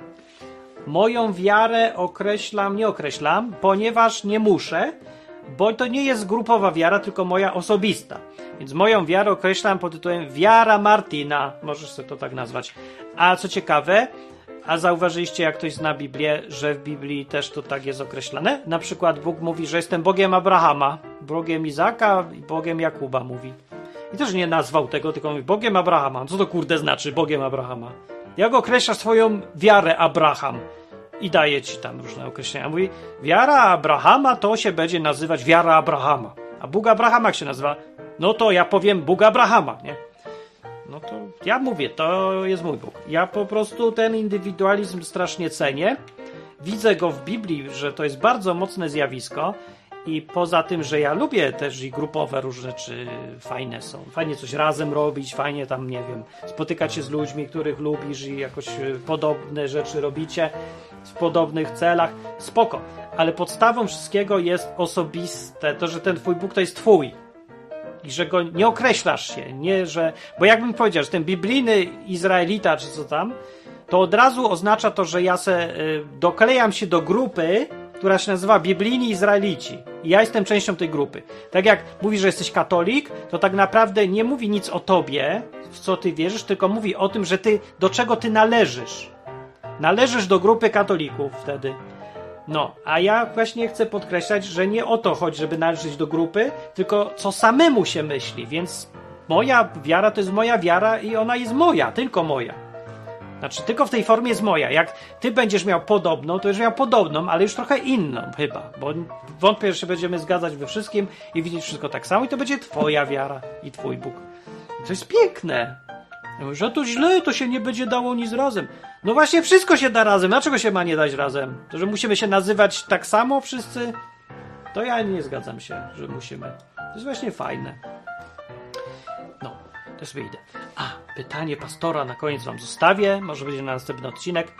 Moją wiarę nie określam, ponieważ nie muszę, bo to nie jest grupowa wiara, tylko moja osobista. Więc moją wiarę określam pod tytułem wiara Martina. Możesz sobie to tak nazwać. A co ciekawe, a zauważyliście, jak ktoś zna Biblię, że w Biblii też to tak jest określane? Na przykład Bóg mówi, że jestem Bogiem Abrahama, Bogiem Izaka i Bogiem Jakuba mówi. I też nie nazwał tego, tylko mówi Bogiem Abrahama. Co to kurde znaczy Bogiem Abrahama? Jak określasz swoją wiarę Abraham? I daje ci tam różne określenia. Mówi, wiara Abrahama to się będzie nazywać wiara Abrahama. A Bóg Abrahama jak się nazywa? No to ja powiem Bóg Abrahama, nie? No to ja mówię, to jest mój Bóg. Ja po prostu ten indywidualizm strasznie cenię. Widzę go w Biblii, że to jest bardzo mocne zjawisko i poza tym, że ja lubię też i grupowe różne rzeczy fajne są. Fajnie coś razem robić, fajnie tam, nie wiem, spotykać się z ludźmi, których lubisz i jakoś podobne rzeczy robicie w podobnych celach. Spoko. Ale podstawą wszystkiego jest osobiste, to, że ten twój Bóg to jest twój. I że go nie określasz się, nie, że... Bo jakbym powiedział, że ten biblijny Izraelita, czy co tam, to od razu oznacza to, że ja doklejam się do grupy, która się nazywa biblijni Izraelici. I ja jestem częścią tej grupy. Tak jak mówisz, że jesteś katolik, to tak naprawdę nie mówi nic o tobie, w co ty wierzysz, tylko mówi o tym, że do czego ty należysz. Należysz do grupy katolików wtedy. No, a ja właśnie chcę podkreślać, że nie o to chodzi, żeby należeć do grupy, tylko co samemu się myśli, więc moja wiara to jest moja wiara i ona jest moja, tylko moja. Znaczy, tylko w tej formie jest moja. Jak ty będziesz miał podobną, to już miał podobną, ale już trochę inną chyba, bo wątpię, że się będziemy zgadzać we wszystkim i widzieć wszystko tak samo i to będzie twoja wiara i twój Bóg. I to jest piękne. Że to źle, to się nie będzie dało nic razem. No właśnie, wszystko się da razem. Dlaczego się ma nie dać razem? To, że musimy się nazywać tak samo wszyscy? To ja nie zgadzam się, że musimy. To jest właśnie fajne. No, to sobie idę. A, pytanie pastora na koniec wam zostawię. Może będzie na następny odcinek.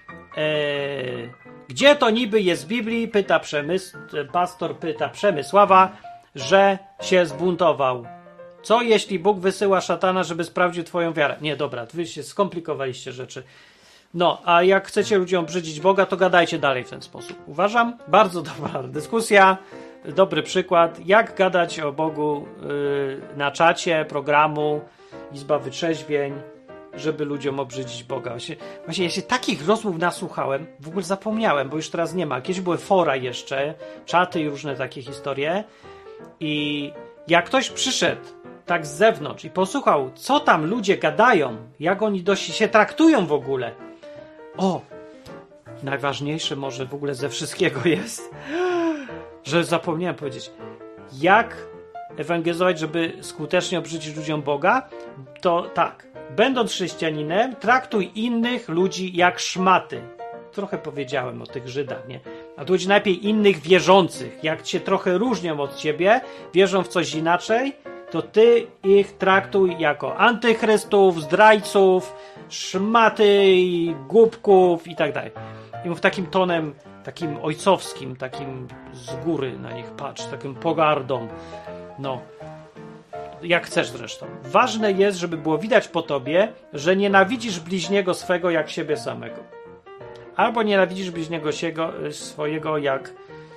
Gdzie to niby jest w Biblii? Pastor pyta Przemysława, że się zbuntował. Co jeśli Bóg wysyła szatana, żeby sprawdził twoją wiarę? Nie, dobra, wy się skomplikowaliście rzeczy. No, a jak chcecie ludziom brzydzić Boga, to gadajcie dalej w ten sposób. Uważam, bardzo dobra dyskusja, dobry przykład, jak gadać o Bogu na czacie programu Izba Wytrzeźwień, żeby ludziom obrzydzić Boga. Właśnie ja się takich rozmów nasłuchałem, w ogóle zapomniałem, bo już teraz nie ma. Kiedyś były fora jeszcze, czaty i różne takie historie i jak ktoś przyszedł tak z zewnątrz i posłuchał, co tam ludzie gadają, jak oni się traktują w ogóle. O, najważniejsze może w ogóle ze wszystkiego jest, że zapomniałem powiedzieć, jak ewangelizować, żeby skutecznie obrzydzić ludziom Boga, to tak, będąc chrześcijaninem, traktuj innych ludzi jak szmaty. Trochę powiedziałem o tych Żydach, nie? A tu chodzi najlepiej innych wierzących, jak się trochę różnią od ciebie, wierzą w coś inaczej, to ty ich traktuj jako antychrystów, zdrajców, szmaty, głupków i tak dalej. I mów takim tonem, takim ojcowskim, takim z góry na nich patrz, takim pogardą. No, jak chcesz zresztą. Ważne jest, żeby było widać po tobie, że nienawidzisz bliźniego swego jak siebie samego. Albo nienawidzisz bliźniego swojego jak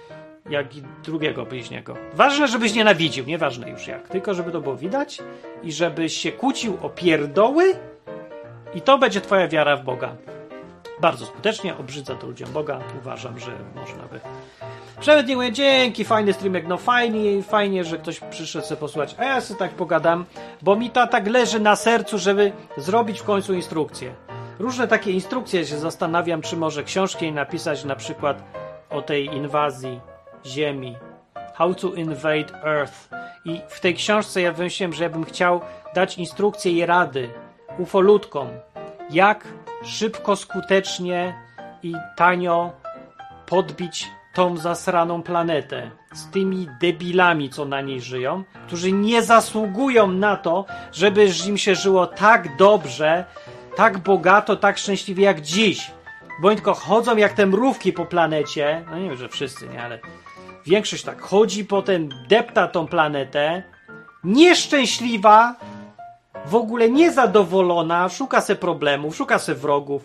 i drugiego bliźniego. Ważne, żebyś nienawidził, nieważne już jak, tylko żeby to było widać i żebyś się kłócił o pierdoły i to będzie twoja wiara w Boga. Bardzo skutecznie obrzydza to ludziom Boga. Uważam, że można by. Przemytnie mówię, dzięki, fajny streamek, no fajnie, że ktoś przyszedł sobie posłuchać, a ja sobie tak pogadam, bo mi to tak leży na sercu, żeby zrobić w końcu instrukcję. Różne takie instrukcje się zastanawiam, czy może książki napisać na przykład o tej inwazji Ziemi. How to invade Earth. I w tej książce ja wymyśliłem, że ja bym chciał dać instrukcje i rady ufolutkom, jak szybko, skutecznie i tanio podbić tą zasraną planetę z tymi debilami, co na niej żyją, którzy nie zasługują na to, żeby im się żyło tak dobrze, tak bogato, tak szczęśliwie jak dziś. Bo oni tylko chodzą jak te mrówki po planecie. No nie wiem, że wszyscy, nie, ale większość tak chodzi, potem depta tą planetę, nieszczęśliwa, w ogóle niezadowolona, szuka se problemów, szuka se wrogów.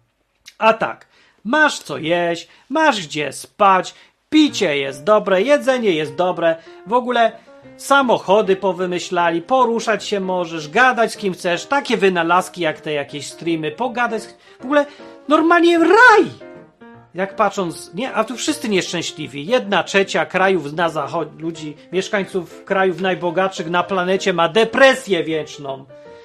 A tak, masz co jeść, masz gdzie spać, picie jest dobre, jedzenie jest dobre, w ogóle samochody powymyślali, poruszać się możesz, gadać z kim chcesz, takie wynalazki jak te jakieś streamy, pogadać, w ogóle normalnie raj! Jak patrząc, nie, a tu wszyscy nieszczęśliwi. 1/3 krajów na zachodzie, ludzi, mieszkańców krajów najbogatszych na planecie ma depresję wieczną.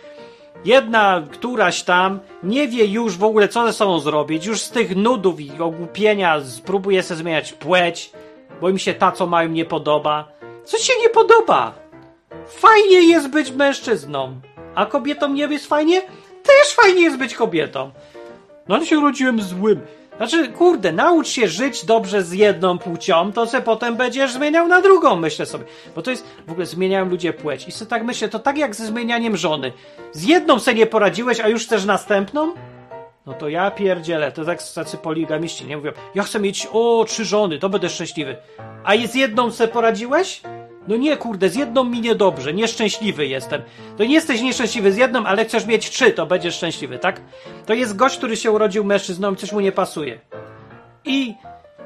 Któraś tam nie wie już w ogóle, co ze sobą zrobić. Już z tych nudów i ogłupienia próbuje sobie zmieniać płeć, bo im się ta, co mają, nie podoba. Co ci się nie podoba? Fajnie jest być mężczyzną. A kobietom nie jest fajnie? Też fajnie jest być kobietą. No ale się urodziłem złym. Znaczy, kurde, naucz się żyć dobrze z jedną płcią, to se potem będziesz zmieniał na drugą, myślę sobie. Bo to jest, w ogóle zmieniają ludzie płeć. I sobie tak myślę, to tak jak ze zmienianiem żony. Z jedną se nie poradziłeś, a już chcesz następną? No to ja pierdzielę, to tak tacy poligamiści, nie? Mówią, ja chcę mieć, 3 żony, to będę szczęśliwy. A z jedną se poradziłeś? No nie, kurde, z jedną mi niedobrze, nieszczęśliwy jestem. To nie jesteś nieszczęśliwy z jedną, ale chcesz mieć 3, to będziesz szczęśliwy, tak? To jest gość, który się urodził mężczyzną i coś mu nie pasuje. I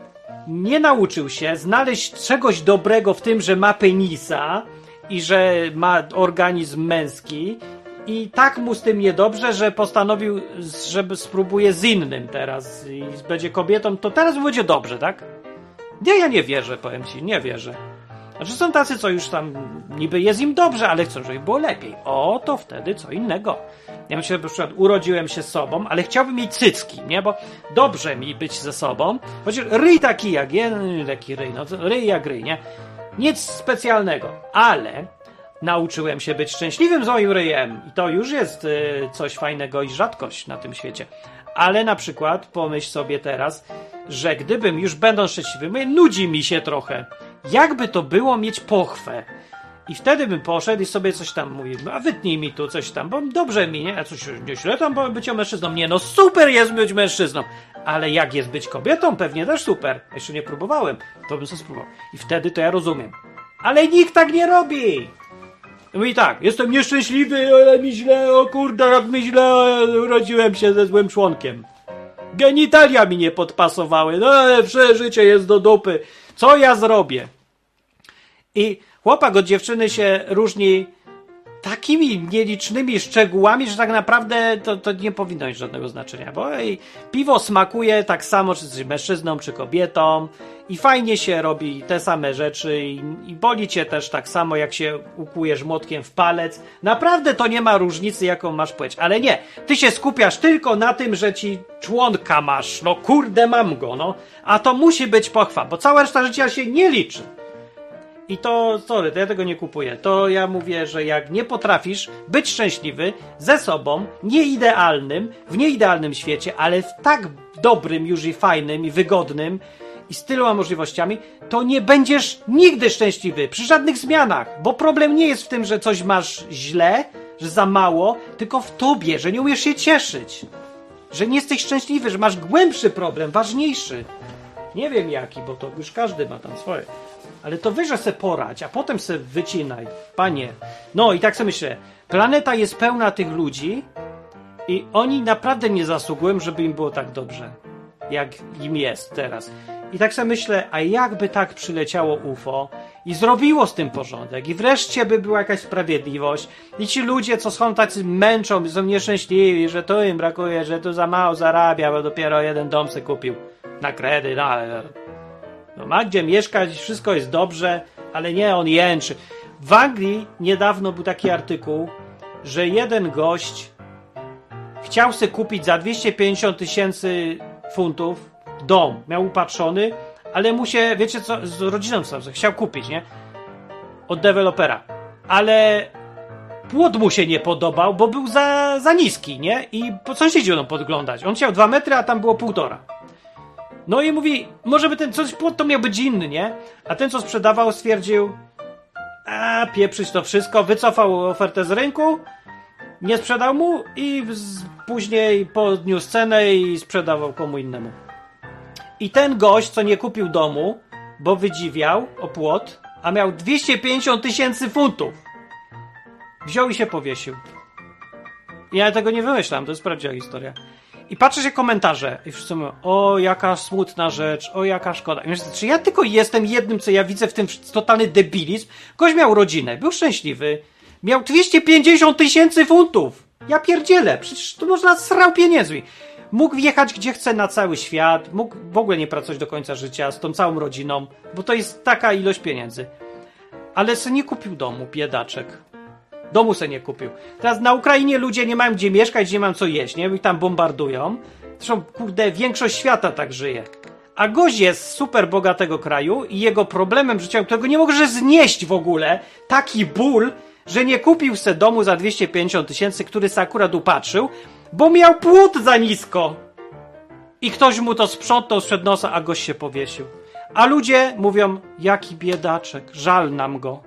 nie nauczył się znaleźć czegoś dobrego w tym, że ma penisa i że ma organizm męski i tak mu z tym niedobrze, że postanowił, żeby spróbuje z innym teraz i będzie kobietą, to teraz będzie dobrze, tak? Ja nie wierzę, powiem ci, nie wierzę. Znaczy są tacy, co już tam niby jest im dobrze, ale chcą, żeby było lepiej. O, to wtedy co innego. Ja myślę, że na przykład urodziłem się z sobą, ale chciałbym mieć cycki, nie? Bo dobrze mi być ze sobą. Chociaż ryj taki jak taki ryj, no ryj jak ryj, nie? Nic specjalnego, ale nauczyłem się być szczęśliwym z moim ryjem. I to już jest coś fajnego i rzadkość na tym świecie. Ale na przykład pomyśl sobie teraz, że gdybym już będąc szczęśliwym, nudzi mi się trochę. Jakby to było mieć pochwę. I wtedy bym poszedł i sobie coś tam mówił, a wytnij mi tu coś tam, bo dobrze mi, nie? A coś źle tam, bo bycie mężczyzną. Nie, no super jest być mężczyzną. Ale jak jest być kobietą, pewnie też super. Jeszcze nie próbowałem, to bym sobie spróbował. I wtedy to ja rozumiem. Ale nikt tak nie robi! Mówi tak, jestem nieszczęśliwy, ale mi źle, o kurde, jak mi źle, urodziłem się ze złym członkiem. Genitalia mi nie podpasowały, no ale życie jest do dupy. Co ja zrobię? I chłopak od dziewczyny się różni takimi nielicznymi szczegółami, że tak naprawdę to nie powinno mieć żadnego znaczenia, bo piwo smakuje tak samo, czy mężczyzną, czy kobietą i fajnie się robi te same rzeczy i boli cię też tak samo, jak się ukujesz młotkiem w palec. Naprawdę to nie ma różnicy, jaką masz płeć, ale nie, ty się skupiasz tylko na tym, że ci członka masz, no kurde mam go, no, a to musi być pochwa, bo cała reszta życia się nie liczy. I to, sorry, to ja tego nie kupuję. To ja mówię, że jak nie potrafisz być szczęśliwy ze sobą, nieidealnym, w nieidealnym świecie, ale w tak dobrym już i fajnym i wygodnym i z tyloma możliwościami, to nie będziesz nigdy szczęśliwy przy żadnych zmianach, bo problem nie jest w tym, że coś masz źle, że za mało, tylko w tobie, że nie umiesz się cieszyć, że nie jesteś szczęśliwy, że masz głębszy problem, ważniejszy. Nie wiem jaki, bo to już każdy ma tam swoje. Ale to wyżej se poradź, a potem se wycinaj. Panie. No i tak sobie myślę, planeta jest pełna tych ludzi i oni naprawdę nie zasługują, żeby im było tak dobrze, jak im jest teraz. I tak sobie myślę, a jakby tak przyleciało UFO i zrobiło z tym porządek i wreszcie by była jakaś sprawiedliwość i ci ludzie, co są tacy męczą, są nieszczęśliwi, że to im brakuje, że tu za mało zarabia, bo dopiero jeden dom se kupił na kredyt, no ma gdzie mieszkać, wszystko jest dobrze, ale nie, on jęczy. W Anglii niedawno był taki artykuł, że jeden gość chciał sobie kupić za 250 000 funtów dom, miał upatrzony, ale mu się, wiecie co, z rodziną chciał kupić, nie? Od dewelopera. Ale płot mu się nie podobał, bo był za niski, nie? I sąsiedzi będą podglądać. On chciał 2 metry, a tam było 1,5. No i mówi, może by ten coś płot to miał być inny, nie? A ten, co sprzedawał, stwierdził, pieprzyć to wszystko, wycofał ofertę z rynku, nie sprzedał mu i później podniósł cenę i sprzedawał komu innemu. I ten gość, co nie kupił domu, bo wydziwiał o płot, a miał 250 000 funtów. Wziął i się powiesił. Ja tego nie wymyślam, to jest prawdziwa historia. I patrzę się komentarze i wszyscy mówią, o jaka smutna rzecz, o jaka szkoda. I myślę, czy ja tylko jestem jednym, co ja widzę w tym totalny debilizm? Gość miał rodzinę, był szczęśliwy, miał 250 000 funtów. Ja pierdzielę, przecież to można srał pieniędzmi. Mógł wjechać gdzie chce na cały świat, mógł w ogóle nie pracować do końca życia z tą całą rodziną, bo to jest taka ilość pieniędzy. Ale se nie kupił domu, biedaczek. Domu se nie kupił. Teraz na Ukrainie ludzie nie mają gdzie mieszkać, nie mają co jeść, nie? I tam bombardują. Zresztą, kurde, większość świata tak żyje. A gość jest z super bogatego kraju i jego problemem życiowym, którego nie może znieść w ogóle, taki ból, że nie kupił se domu za 250 000, który se akurat upatrzył, bo miał płot za nisko. I ktoś mu to sprzątnął sprzed nosa, a gość się powiesił. A ludzie mówią, jaki biedaczek, żal nam go.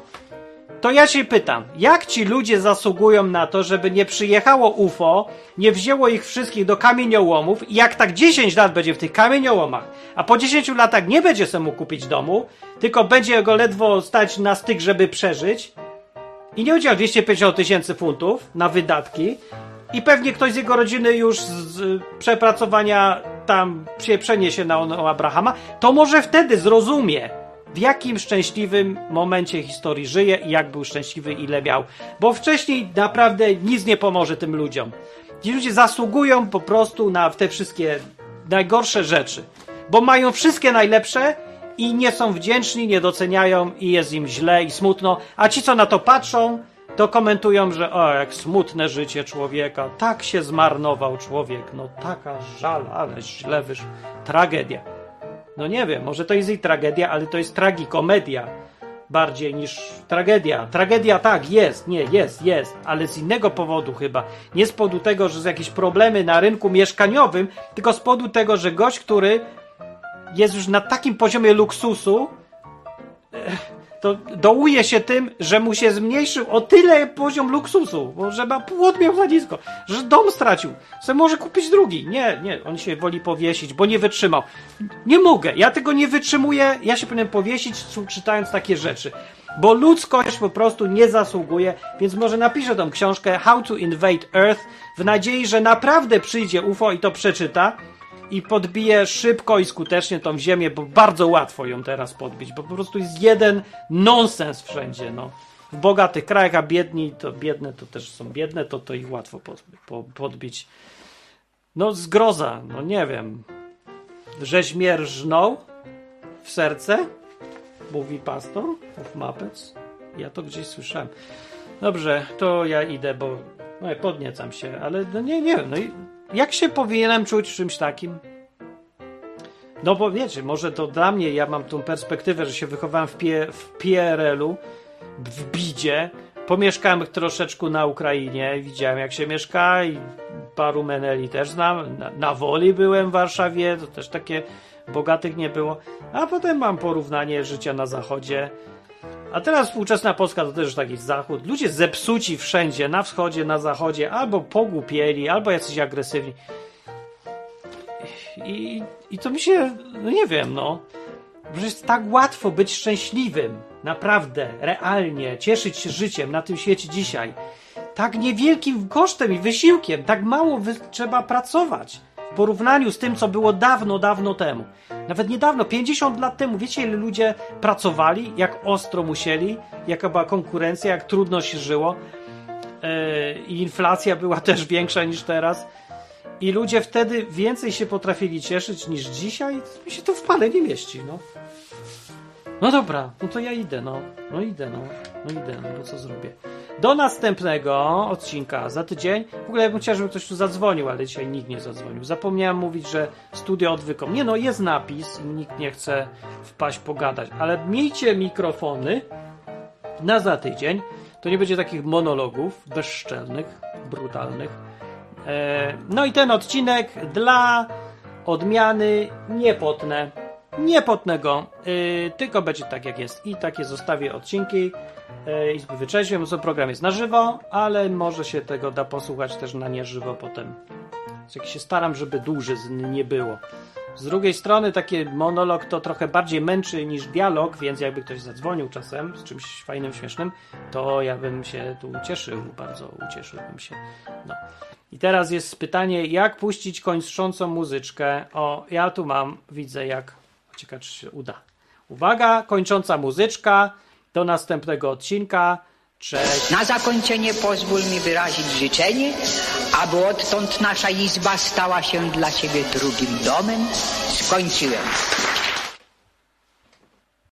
To ja się pytam, jak ci ludzie zasługują na to, żeby nie przyjechało UFO, nie wzięło ich wszystkich do kamieniołomów i jak tak 10 lat będzie w tych kamieniołomach, a po 10 latach nie będzie sobie mógł kupić domu, tylko będzie go ledwo stać na styk, żeby przeżyć i nie będzie miał 250 000 funtów na wydatki i pewnie ktoś z jego rodziny już z przepracowania tam się przeniesie na Abrahama, to może wtedy zrozumie, w jakim szczęśliwym momencie historii żyje i jak był szczęśliwy, ile miał. Bo wcześniej naprawdę nic nie pomoże tym ludziom. Ci ludzie zasługują po prostu na te wszystkie najgorsze rzeczy. Bo mają wszystkie najlepsze i nie są wdzięczni, nie doceniają i jest im źle i smutno. A ci, co na to patrzą, to komentują, że o, jak smutne życie człowieka. Tak się zmarnował człowiek. No taka żal, ale źle wyszło. Tragedia. No nie wiem, może to jest i tragedia, ale to jest tragikomedia bardziej niż tragedia. Tragedia tak, jest, ale z innego powodu chyba. Nie z powodu tego, że są jakieś problemy na rynku mieszkaniowym, tylko z powodu tego, że gość, który jest już na takim poziomie luksusu, to dołuje się tym, że mu się zmniejszył o tyle poziom luksusu, bo że płot miał za nisko, że dom stracił, że może kupić drugi. Nie, on się woli powiesić, bo nie wytrzymał. Nie mogę, ja tego nie wytrzymuję, ja się powinienem powiesić, czytając takie rzeczy, bo ludzkość po prostu nie zasługuje, więc może napiszę tą książkę How to Invade Earth w nadziei, że naprawdę przyjdzie UFO i to przeczyta, i podbije szybko i skutecznie tą ziemię, bo bardzo łatwo ją teraz podbić, bo po prostu jest jeden nonsens wszędzie, no. W bogatych krajach, a biedni, to biedne to też są biedne, to ich łatwo podbić. No zgroza, no nie wiem. Rzeźmię rżnął w serce, mówi pastor of Muppets. Ja to gdzieś słyszałem. Dobrze, to ja idę, bo podniecam się, ale no nie wiem, no i jak się powinienem czuć w czymś takim? No bo wiecie, może to dla mnie, ja mam tą perspektywę, że się wychowałem w PRL-u, w bidzie, pomieszkałem troszeczkę na Ukrainie, widziałem jak się mieszka i paru meneli też znam, na Woli byłem w Warszawie, to też takie bogatych nie było, a potem mam porównanie życia na zachodzie, a teraz współczesna Polska to też taki zachód, ludzie zepsuci wszędzie, na wschodzie, na zachodzie, albo pogłupieli, albo jacyś agresywni. I to mi się, no nie wiem, no, że jest tak łatwo być szczęśliwym, naprawdę, realnie, cieszyć się życiem na tym świecie dzisiaj. Tak niewielkim kosztem i wysiłkiem, tak mało trzeba pracować w porównaniu z tym, co było dawno, dawno temu. Nawet niedawno, 50 lat temu, wiecie ile ludzie pracowali, jak ostro musieli, jaka była konkurencja, jak trudno się żyło i inflacja była też większa niż teraz. I ludzie wtedy więcej się potrafili cieszyć niż dzisiaj. Mi się to w pale nie mieści, no. No dobra, no to ja idę, no co zrobię. Do następnego odcinka za tydzień. W ogóle ja bym chciał, żeby ktoś tu zadzwonił, ale dzisiaj nikt nie zadzwonił. Zapomniałem mówić, że studio odwykom. Nie no, jest napis i nikt nie chce wpaść pogadać, ale miejcie mikrofony na za tydzień. To nie będzie takich monologów bezczelnych, brutalnych. No i ten odcinek dla odmiany nie potnę go, tylko będzie tak jak jest i takie zostawię odcinki Izby Wyczeźwień, bo program jest na żywo, ale może się tego da posłuchać też na nieżywo potem. Jak się staram, żeby dłużyzn nie było. Z drugiej strony taki monolog to trochę bardziej męczy niż dialog, więc jakby ktoś zadzwonił czasem z czymś fajnym, śmiesznym, to ja bym się tu ucieszył, bardzo ucieszyłbym się. No. I teraz jest pytanie, jak puścić kończącą muzyczkę. O, ja tu mam, widzę jak, ciekawe czy się uda. Uwaga, kończąca muzyczka, do następnego odcinka. Cześć. Na zakończenie pozwól mi wyrazić życzenie, aby odtąd nasza izba stała się dla Ciebie drugim domem. Skończyłem.